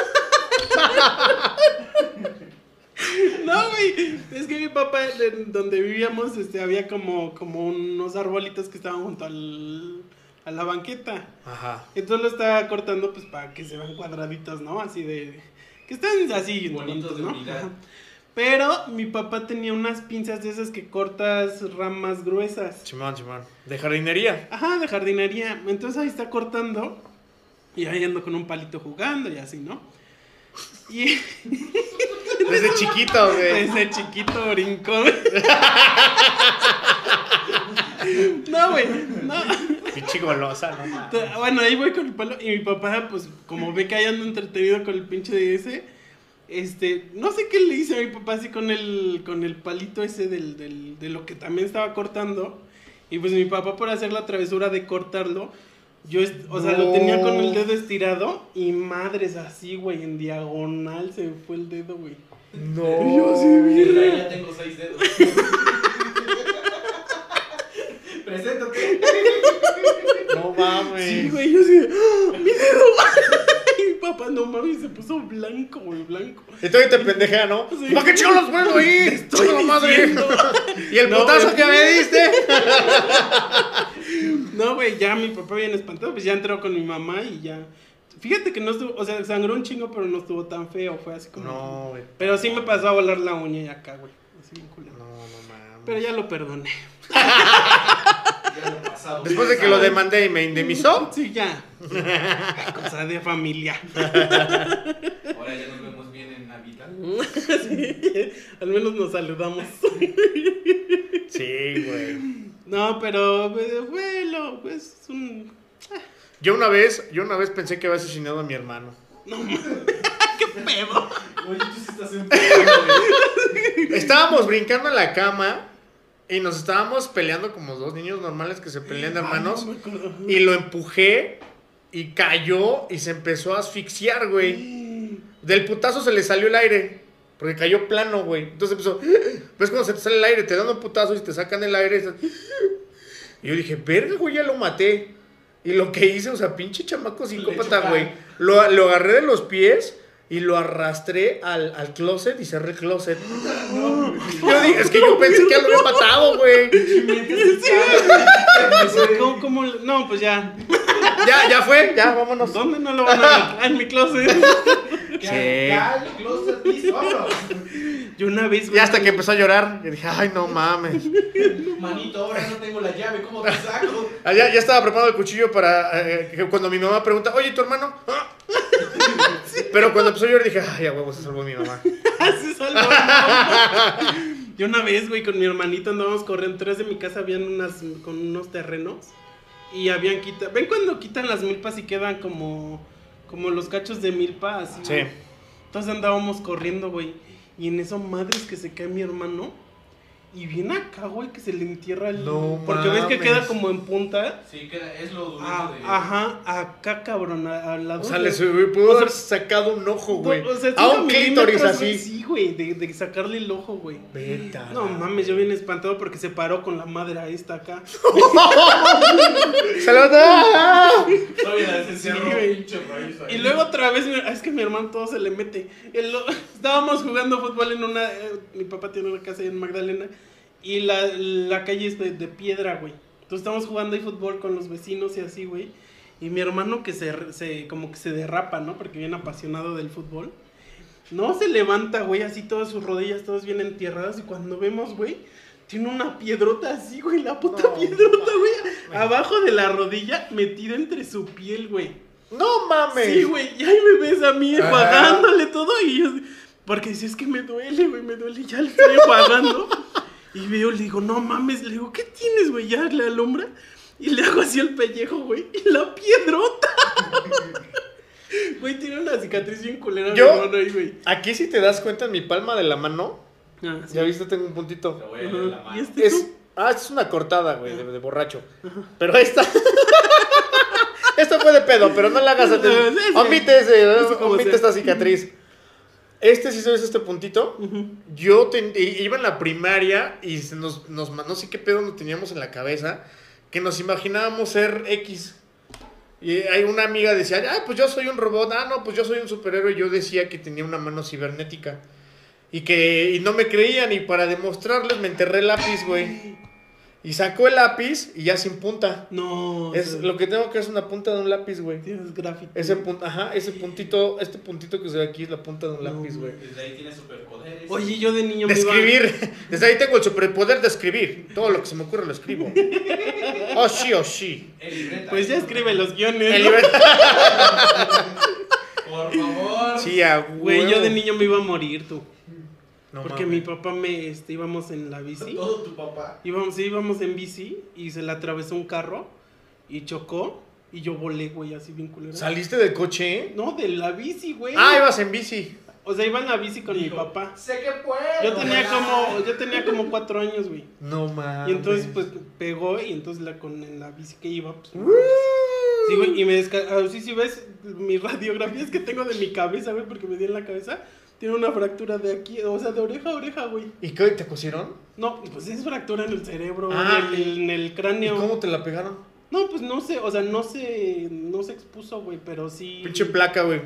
Speaker 1: No, güey. Es que mi papá, de donde vivíamos, este, había como, como unos arbolitos que estaban junto al, a la banqueta.
Speaker 2: Ajá.
Speaker 1: Entonces lo estaba cortando, pues, para que se vean cuadraditos, ¿no? Así de... Que están así,
Speaker 3: Bonitos de
Speaker 1: ¿no?
Speaker 3: unidad.
Speaker 1: Ajá. Pero mi papá tenía unas pinzas de esas que cortas ramas gruesas.
Speaker 2: Chimón, chimón. De jardinería.
Speaker 1: Ajá, de jardinería. Entonces ahí está cortando. Y ahí ando con un palito jugando y así, ¿no? Y
Speaker 2: Desde chiquito, güey.
Speaker 1: desde chiquito brincó. No, güey, no.
Speaker 2: Pinche golosa, no mames.
Speaker 1: Bueno, ahí voy con el palo. Y mi papá, pues, como ve que ahí ando entretenido con el pinche de ese, este, no sé qué le hice a mi papá así con el, con el palito ese del, del, de lo que también estaba cortando. Y pues mi papá, por hacer la travesura de cortarlo, yo, est- o sea, lo tenía con el dedo estirado y madres así, güey, en diagonal se me fue el dedo, güey.
Speaker 2: No.
Speaker 1: Yo sí,
Speaker 3: Mira, ya tengo seis dedos. Preséntate.
Speaker 2: No mames.
Speaker 1: Sí, güey, yo sí, ¡ah! ¡Mi dedo! Y mi papá, no mames, se puso blanco, güey, blanco.
Speaker 2: Y todavía te pendeja, ¿no?
Speaker 1: Sí.
Speaker 2: ¿Para qué chicos los puedo ahí?
Speaker 1: Estoy
Speaker 2: ¡Chico madre!
Speaker 1: diciendo.
Speaker 2: Y el
Speaker 1: No,
Speaker 2: putazo
Speaker 1: güey.
Speaker 2: que me diste.
Speaker 1: No, güey, ya mi papá bien espantado, pues ya entró con mi mamá y ya. Fíjate que no estuvo, o sea, sangró un chingo, pero no estuvo tan feo, fue así como...
Speaker 2: No, güey.
Speaker 1: Pero sí me pasó a volar la uña y acá, güey, así bien culero.
Speaker 2: No, no mames.
Speaker 1: Pero ya lo perdoné.
Speaker 3: Ya lo pasado.
Speaker 2: Después de que lo demandé y me indemnizó.
Speaker 1: Sí, ya. Cosa de familia.
Speaker 3: Ahora ya nos vemos bien en Navidad.
Speaker 1: Sí, al menos nos saludamos.
Speaker 2: Sí, güey.
Speaker 1: No, pero, pues, bueno, pues, un...
Speaker 2: Yo una vez, yo una vez pensé que había asesinado a mi hermano.
Speaker 1: No, mames, qué pedo.
Speaker 3: Oye, tú sí estás en pedo, güey.
Speaker 2: Estábamos brincando en la cama y nos estábamos peleando como dos niños normales que se pelean de hermanos.
Speaker 1: Ay, no me acuerdo.
Speaker 2: Y lo empujé y cayó y se empezó a asfixiar, güey. Del putazo se le salió el aire. Porque cayó plano, güey. Entonces empezó. Pues cuando se te sale el aire, te dan un putazo y te sacan el aire. Y yo dije, verga, güey, ya lo maté. Y lo que hice, o sea, pinche chamaco psicópata, güey. Lo, lo agarré de los pies y lo arrastré al, al closet y cerré el closet. No. Yo dije, es que yo pensé que ya lo había matado, güey.
Speaker 1: ¿Cómo, cómo? No, pues ya.
Speaker 2: Ya, ya fue, ya, vámonos.
Speaker 1: ¿Dónde no lo van a en mi closet?
Speaker 2: Sí.
Speaker 1: Yo una vez,
Speaker 2: Y hasta que empezó a llorar, yo dije, ay, no mames.
Speaker 3: Manito, ahora no tengo la llave, ¿cómo te saco?
Speaker 2: Ah, ya, ya estaba preparado el cuchillo para eh, que cuando mi mamá pregunta, oye, ¿tu hermano? ¿Ah? Pero cuando empezó a llorar dije, ay, a huevo, se salvó mi mamá.
Speaker 1: Se salvó mi mamá. Yo una vez, güey, con mi hermanito andábamos corriendo. Atrás de mi casa habían unas, con unos terrenos. Y habían quitado. ¿Ven cuando quitan las milpas y quedan como, como los cachos de milpa? Así,
Speaker 2: Sí.
Speaker 1: güey? Entonces andábamos corriendo, güey. Y en eso, madres que se cae mi hermano. Y viene acá, güey, que se le entierra el.
Speaker 2: No
Speaker 1: porque ves que
Speaker 2: mames.
Speaker 1: queda como en punta.
Speaker 3: Sí, queda, es lo duro
Speaker 1: Ah,
Speaker 3: de...
Speaker 1: ajá, acá, cabrón, a- al lado.
Speaker 2: O sea,
Speaker 1: de-
Speaker 2: le subió, pudo
Speaker 1: o sea,
Speaker 2: haber sacado un ojo, güey.
Speaker 1: o sea,
Speaker 2: A
Speaker 1: cinco
Speaker 2: un clítoris
Speaker 1: milímetros,
Speaker 2: así.
Speaker 1: güey, sí, güey, de, de sacarle el ojo, güey.
Speaker 2: Veta.
Speaker 1: No mames, yo bien espantado porque se paró con la madre a esta acá.
Speaker 2: ¡Se lo da!
Speaker 3: Soy la desencerró,
Speaker 1: Sí, güey.
Speaker 3: pinche raíz ahí.
Speaker 1: Y luego otra vez, mi- es que mi hermano todo se le mete. El- lo- estábamos jugando fútbol en una. eh, mi papá tiene una casa ahí en Magdalena. Y la, la calle es de, de piedra, güey. Entonces estamos jugando ahí fútbol con los vecinos y así, güey. Y mi hermano que se, se como que se derrapa, ¿no? Porque viene apasionado del fútbol. No se levanta, güey, así todas sus rodillas, todas bien entierradas. Y cuando vemos, güey, tiene una piedrota así, güey, la puta
Speaker 2: No,
Speaker 1: piedrota, güey. Abajo de la rodilla, metida entre su piel, güey.
Speaker 2: ¡No mames!
Speaker 1: Sí, güey, y ahí me ves a mí
Speaker 2: Ajá.
Speaker 1: enjuagándole todo y yo, porque dice, es que me duele, güey, me duele, y ya le estoy enjuagando. Y veo, le digo, no mames, le digo, ¿qué tienes, güey? Ya le alumbra y le hago así el pellejo, güey, y la piedrota. Güey, tiene una cicatriz bien culera,
Speaker 2: Yo-
Speaker 1: mi hermano ahí, güey.
Speaker 2: Aquí si te das cuenta en mi palma de la mano,
Speaker 1: Ah, sí.
Speaker 2: ya viste, tengo un
Speaker 3: Te
Speaker 2: puntito.
Speaker 3: voy a leer la
Speaker 1: Ajá.
Speaker 3: mano.
Speaker 1: ¿Y este
Speaker 2: Es,
Speaker 1: tú?
Speaker 2: ah, esta es una cortada, güey, de, de borracho. Pero esta... Esto fue de pedo, pero no la hagas a ti.
Speaker 1: Ah, sí, sí.
Speaker 2: Omite, ese,
Speaker 1: Eso como
Speaker 2: omite
Speaker 1: sea.
Speaker 2: esta cicatriz. Este, si sabes este puntito,
Speaker 1: Ujú.
Speaker 2: yo ten- i- iba en la primaria y se nos, nos, no sé qué pedo nos teníamos en la cabeza, que nos imaginábamos ser X. Y hay una amiga decía, ah, pues yo soy un robot, ah, no, pues yo soy un superhéroe. Yo decía que tenía una mano cibernética. Y que y no me creían, y para demostrarles me enterré el lápiz, güey. Y sacó el lápiz y ya sin punta.
Speaker 1: No.
Speaker 2: Es
Speaker 1: o sea,
Speaker 2: lo que tengo que es una punta de un lápiz, güey.
Speaker 1: Tienes gráfico.
Speaker 2: Ese punto, ajá, ese puntito, este puntito que se ve aquí es la punta de un
Speaker 1: No,
Speaker 2: lápiz, güey.
Speaker 3: Desde ahí tiene superpoderes.
Speaker 1: Oye, yo de niño
Speaker 2: De
Speaker 1: me iba...
Speaker 2: escribir. Desde ahí tengo el superpoder de escribir. Todo lo que se me ocurre lo escribo. Oh, sí, oh, sí.
Speaker 3: El libreta.
Speaker 1: Pues ya escribe los guiones,
Speaker 2: El
Speaker 1: ¿no?
Speaker 2: libre-
Speaker 3: Por favor.
Speaker 2: Sí, a
Speaker 1: Güey, yo
Speaker 2: huevo.
Speaker 1: de niño me iba a morir, tú.
Speaker 2: No
Speaker 1: Porque
Speaker 2: mames.
Speaker 1: mi papá me, este, íbamos en la bici.
Speaker 3: Todo tu papá.
Speaker 1: Íbamos, sí, íbamos en bici y se le atravesó un carro y chocó y yo volé, güey, así bien culero.
Speaker 2: ¿Saliste del coche?
Speaker 1: No, de la bici, güey.
Speaker 2: Ah, ibas en bici.
Speaker 1: O sea, iba en la bici con
Speaker 3: Dijo,
Speaker 1: mi papá.
Speaker 3: Sé que puedo.
Speaker 1: Yo tenía
Speaker 3: volar".
Speaker 1: como, yo tenía como cuatro años, güey.
Speaker 2: No mames.
Speaker 1: Y entonces, pues, pegó y entonces la, con en la bici que iba, pues...
Speaker 2: Uh.
Speaker 1: Sí, güey, y me descargó. Sí, sí, ves, mis radiografías que tengo de mi cabeza, güey, porque me di en la cabeza. Tiene una fractura de aquí, o sea, de oreja a oreja, güey.
Speaker 2: ¿Y qué? ¿Te cosieron?
Speaker 1: No, pues es fractura en el cerebro,
Speaker 2: Ah,
Speaker 1: en, el, en el
Speaker 2: ¿Y
Speaker 1: cráneo.
Speaker 2: cómo te la pegaron?
Speaker 1: No, pues no sé, o sea, no se, no se expuso, güey, pero sí.
Speaker 2: Pinche placa, güey.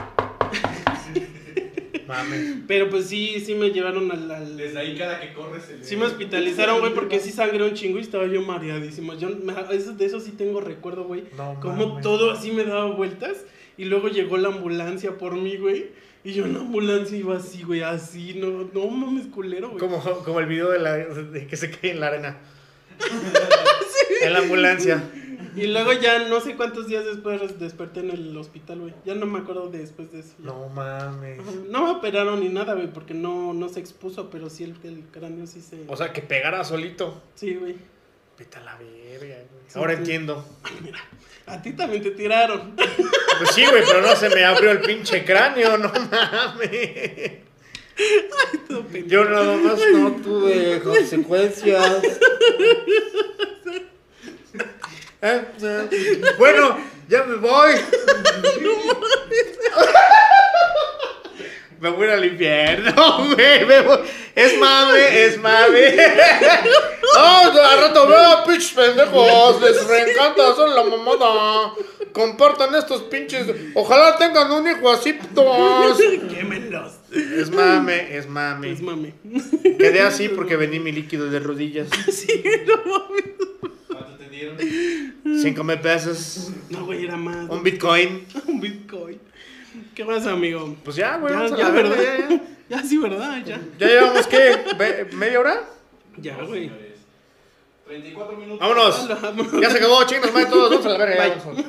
Speaker 2: Mames.
Speaker 1: Pero pues sí, sí me llevaron al. al-
Speaker 3: Desde ahí cada que corres el...
Speaker 1: Sí me hospitalizaron, güey, porque sí sangré un chingo y estaba yo mareadísimo. Yo me- eso- de eso sí tengo recuerdo, güey.
Speaker 2: No
Speaker 1: Como
Speaker 2: mames.
Speaker 1: todo así me daba vueltas. Y luego llegó la ambulancia por mí, güey. Y yo en la ambulancia iba así, güey, así, no, no mames, culero, güey.
Speaker 2: Como, como el video de, la, de que se cae en la arena. En la ambulancia.
Speaker 1: Y luego ya no sé cuántos días después desperté en el hospital, güey. Ya no me acuerdo de después de eso. ya.
Speaker 2: No mames.
Speaker 1: Ajá. No me operaron ni nada, güey, porque no, no se expuso, pero sí el, el cráneo sí se...
Speaker 2: O sea, que pegara solito.
Speaker 1: Sí, güey.
Speaker 2: Vete a la verga, güey.
Speaker 1: Sí,
Speaker 2: Ahora
Speaker 1: sí.
Speaker 2: entiendo.
Speaker 1: A ti también te tiraron.
Speaker 2: Pues sí, güey, pero no se me abrió el pinche cráneo, no mames.
Speaker 1: Todo pendejo.
Speaker 2: Yo nada más no tuve consecuencias. Eh, eh, Bueno, ya me voy. Me voy al infierno, güey. Me voy. Es mame, es mame. ¡Ah! Oh, al rato veo, pinches pendejos. Les reencanta, son la mamada. Compartan estos pinches. Ojalá tengan un hijo así, todos.
Speaker 1: Quémenlos.
Speaker 2: Es mame, es mame.
Speaker 1: Es mame.
Speaker 2: Quedé así porque vendí mi líquido de rodillas.
Speaker 1: Sí, no mames.
Speaker 3: ¿Cuánto te dieron?
Speaker 2: Cinco mil pesos.
Speaker 1: No, güey, era más.
Speaker 2: Un bitcoin.
Speaker 1: Un bitcoin. ¿Qué pasa, amigo?
Speaker 2: Pues ya, güey,
Speaker 1: Ya,
Speaker 2: vamos a
Speaker 1: ya,
Speaker 2: la verga,
Speaker 1: ¿verdad?
Speaker 2: ya, ya.
Speaker 1: Ya, sí, ¿verdad? Ya.
Speaker 2: ¿Ya llevamos qué? ¿Ve- ¿Media hora?
Speaker 1: Ya,
Speaker 3: No,
Speaker 1: güey.
Speaker 3: señores. treinta y cuatro minutos.
Speaker 2: Vámonos.
Speaker 1: Vámonos.
Speaker 2: Ya se acabó, chingos, madre, todos. Vamos a la verga. ya,
Speaker 1: Bye.
Speaker 2: vamos.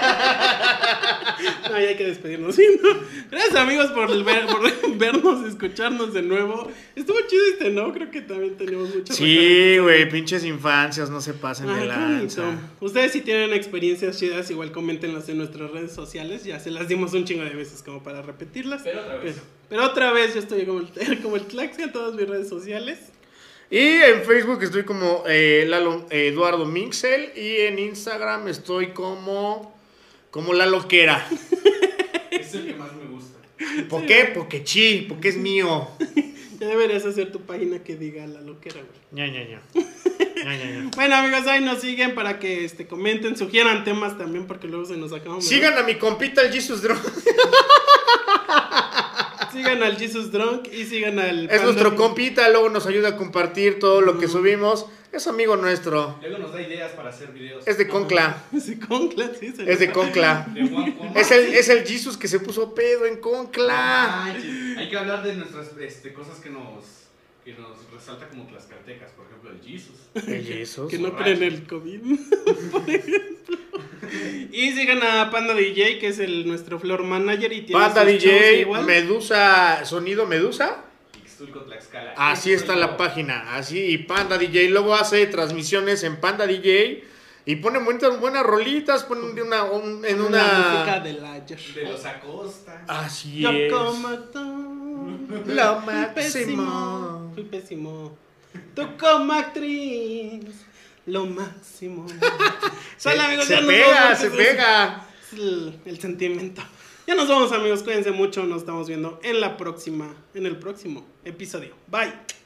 Speaker 1: No, ya hay que despedirnos. ¿Sí? ¿No? Gracias, amigos, por, el ver- por vernos, escucharnos de nuevo. Estuvo chido este, ¿no? Creo que también tenemos muchas
Speaker 2: Sí, güey, pinches infancias, no se pasen
Speaker 1: Ah,
Speaker 2: de
Speaker 1: qué bonito.
Speaker 2: lanza.
Speaker 1: Ustedes si tienen experiencias chidas, igual coméntenlas en nuestras redes sociales. Ya se las dimos un chingo de veces como para repetirlas.
Speaker 3: Pero otra vez.
Speaker 1: Pero, pero otra vez yo estoy como el, como el Tlaxca en todas mis redes sociales.
Speaker 2: Y en Facebook estoy como eh, Lalo eh, Eduardo Mixel. Y en Instagram estoy como, como La Loquera.
Speaker 3: Es el que más me gusta.
Speaker 2: ¿Por qué? Porque chi, porque es mío.
Speaker 1: Ya deberías hacer tu página que diga La Loquera, güey.
Speaker 2: ña, ña, ña. ña, ña, ña.
Speaker 1: Bueno, amigos, ahí nos siguen para que este, comenten, sugieran temas también, porque luego se nos acabamos.
Speaker 2: Sigan a mi compita el Jesus Drone.
Speaker 1: Sigan al Jesus Drunk y sigan al.
Speaker 2: Es
Speaker 1: Panda.
Speaker 2: nuestro compita, luego nos ayuda a compartir todo lo que subimos. Es amigo nuestro.
Speaker 3: Luego nos da ideas para hacer videos.
Speaker 2: Es de Concla.
Speaker 1: Sí, Concla, sí, se
Speaker 2: Es de
Speaker 1: nota.
Speaker 2: Concla.
Speaker 3: De Juan Juan.
Speaker 2: Es el, es el Jesus que se puso pedo en Concla.
Speaker 3: Manches. Hay que hablar de nuestras este, cosas que nos, que nos resalta como tlaxcaltecas. Por ejemplo, el Jesus.
Speaker 2: El Jesus.
Speaker 1: Que no creen el COVID, por ejemplo. Y sigan a Panda D J, que es el nuestro floor manager. Y tiene
Speaker 2: Panda
Speaker 1: sus
Speaker 2: D
Speaker 1: shows
Speaker 2: J,
Speaker 1: igual.
Speaker 2: Medusa, Sonido Medusa.
Speaker 3: Ixtulco, Tlaxcala.
Speaker 2: Así
Speaker 3: Ese
Speaker 2: está
Speaker 3: soy
Speaker 2: la
Speaker 3: yo.
Speaker 2: página. Así, y Panda D J. Luego hace transmisiones en Panda D J. Y pone buenas, buenas rolitas. Pone de una, un- en
Speaker 1: Una música
Speaker 2: una.
Speaker 1: del ayer.
Speaker 3: De los Acosta.
Speaker 2: Así
Speaker 1: Yo
Speaker 2: es.
Speaker 1: como tú.
Speaker 2: Lo
Speaker 1: Fui
Speaker 2: máximo.
Speaker 1: pésimo. Fui pésimo. Tú como actriz. Lo máximo.
Speaker 2: Se,
Speaker 1: Sale, amigos,
Speaker 2: se
Speaker 1: ya nos
Speaker 2: pega,
Speaker 1: vamos,
Speaker 2: se
Speaker 1: ese es-
Speaker 2: pega.
Speaker 1: es el, el sentimiento. Ya nos vamos, amigos. Cuídense mucho. Nos estamos viendo en la próxima, en el próximo episodio. Bye.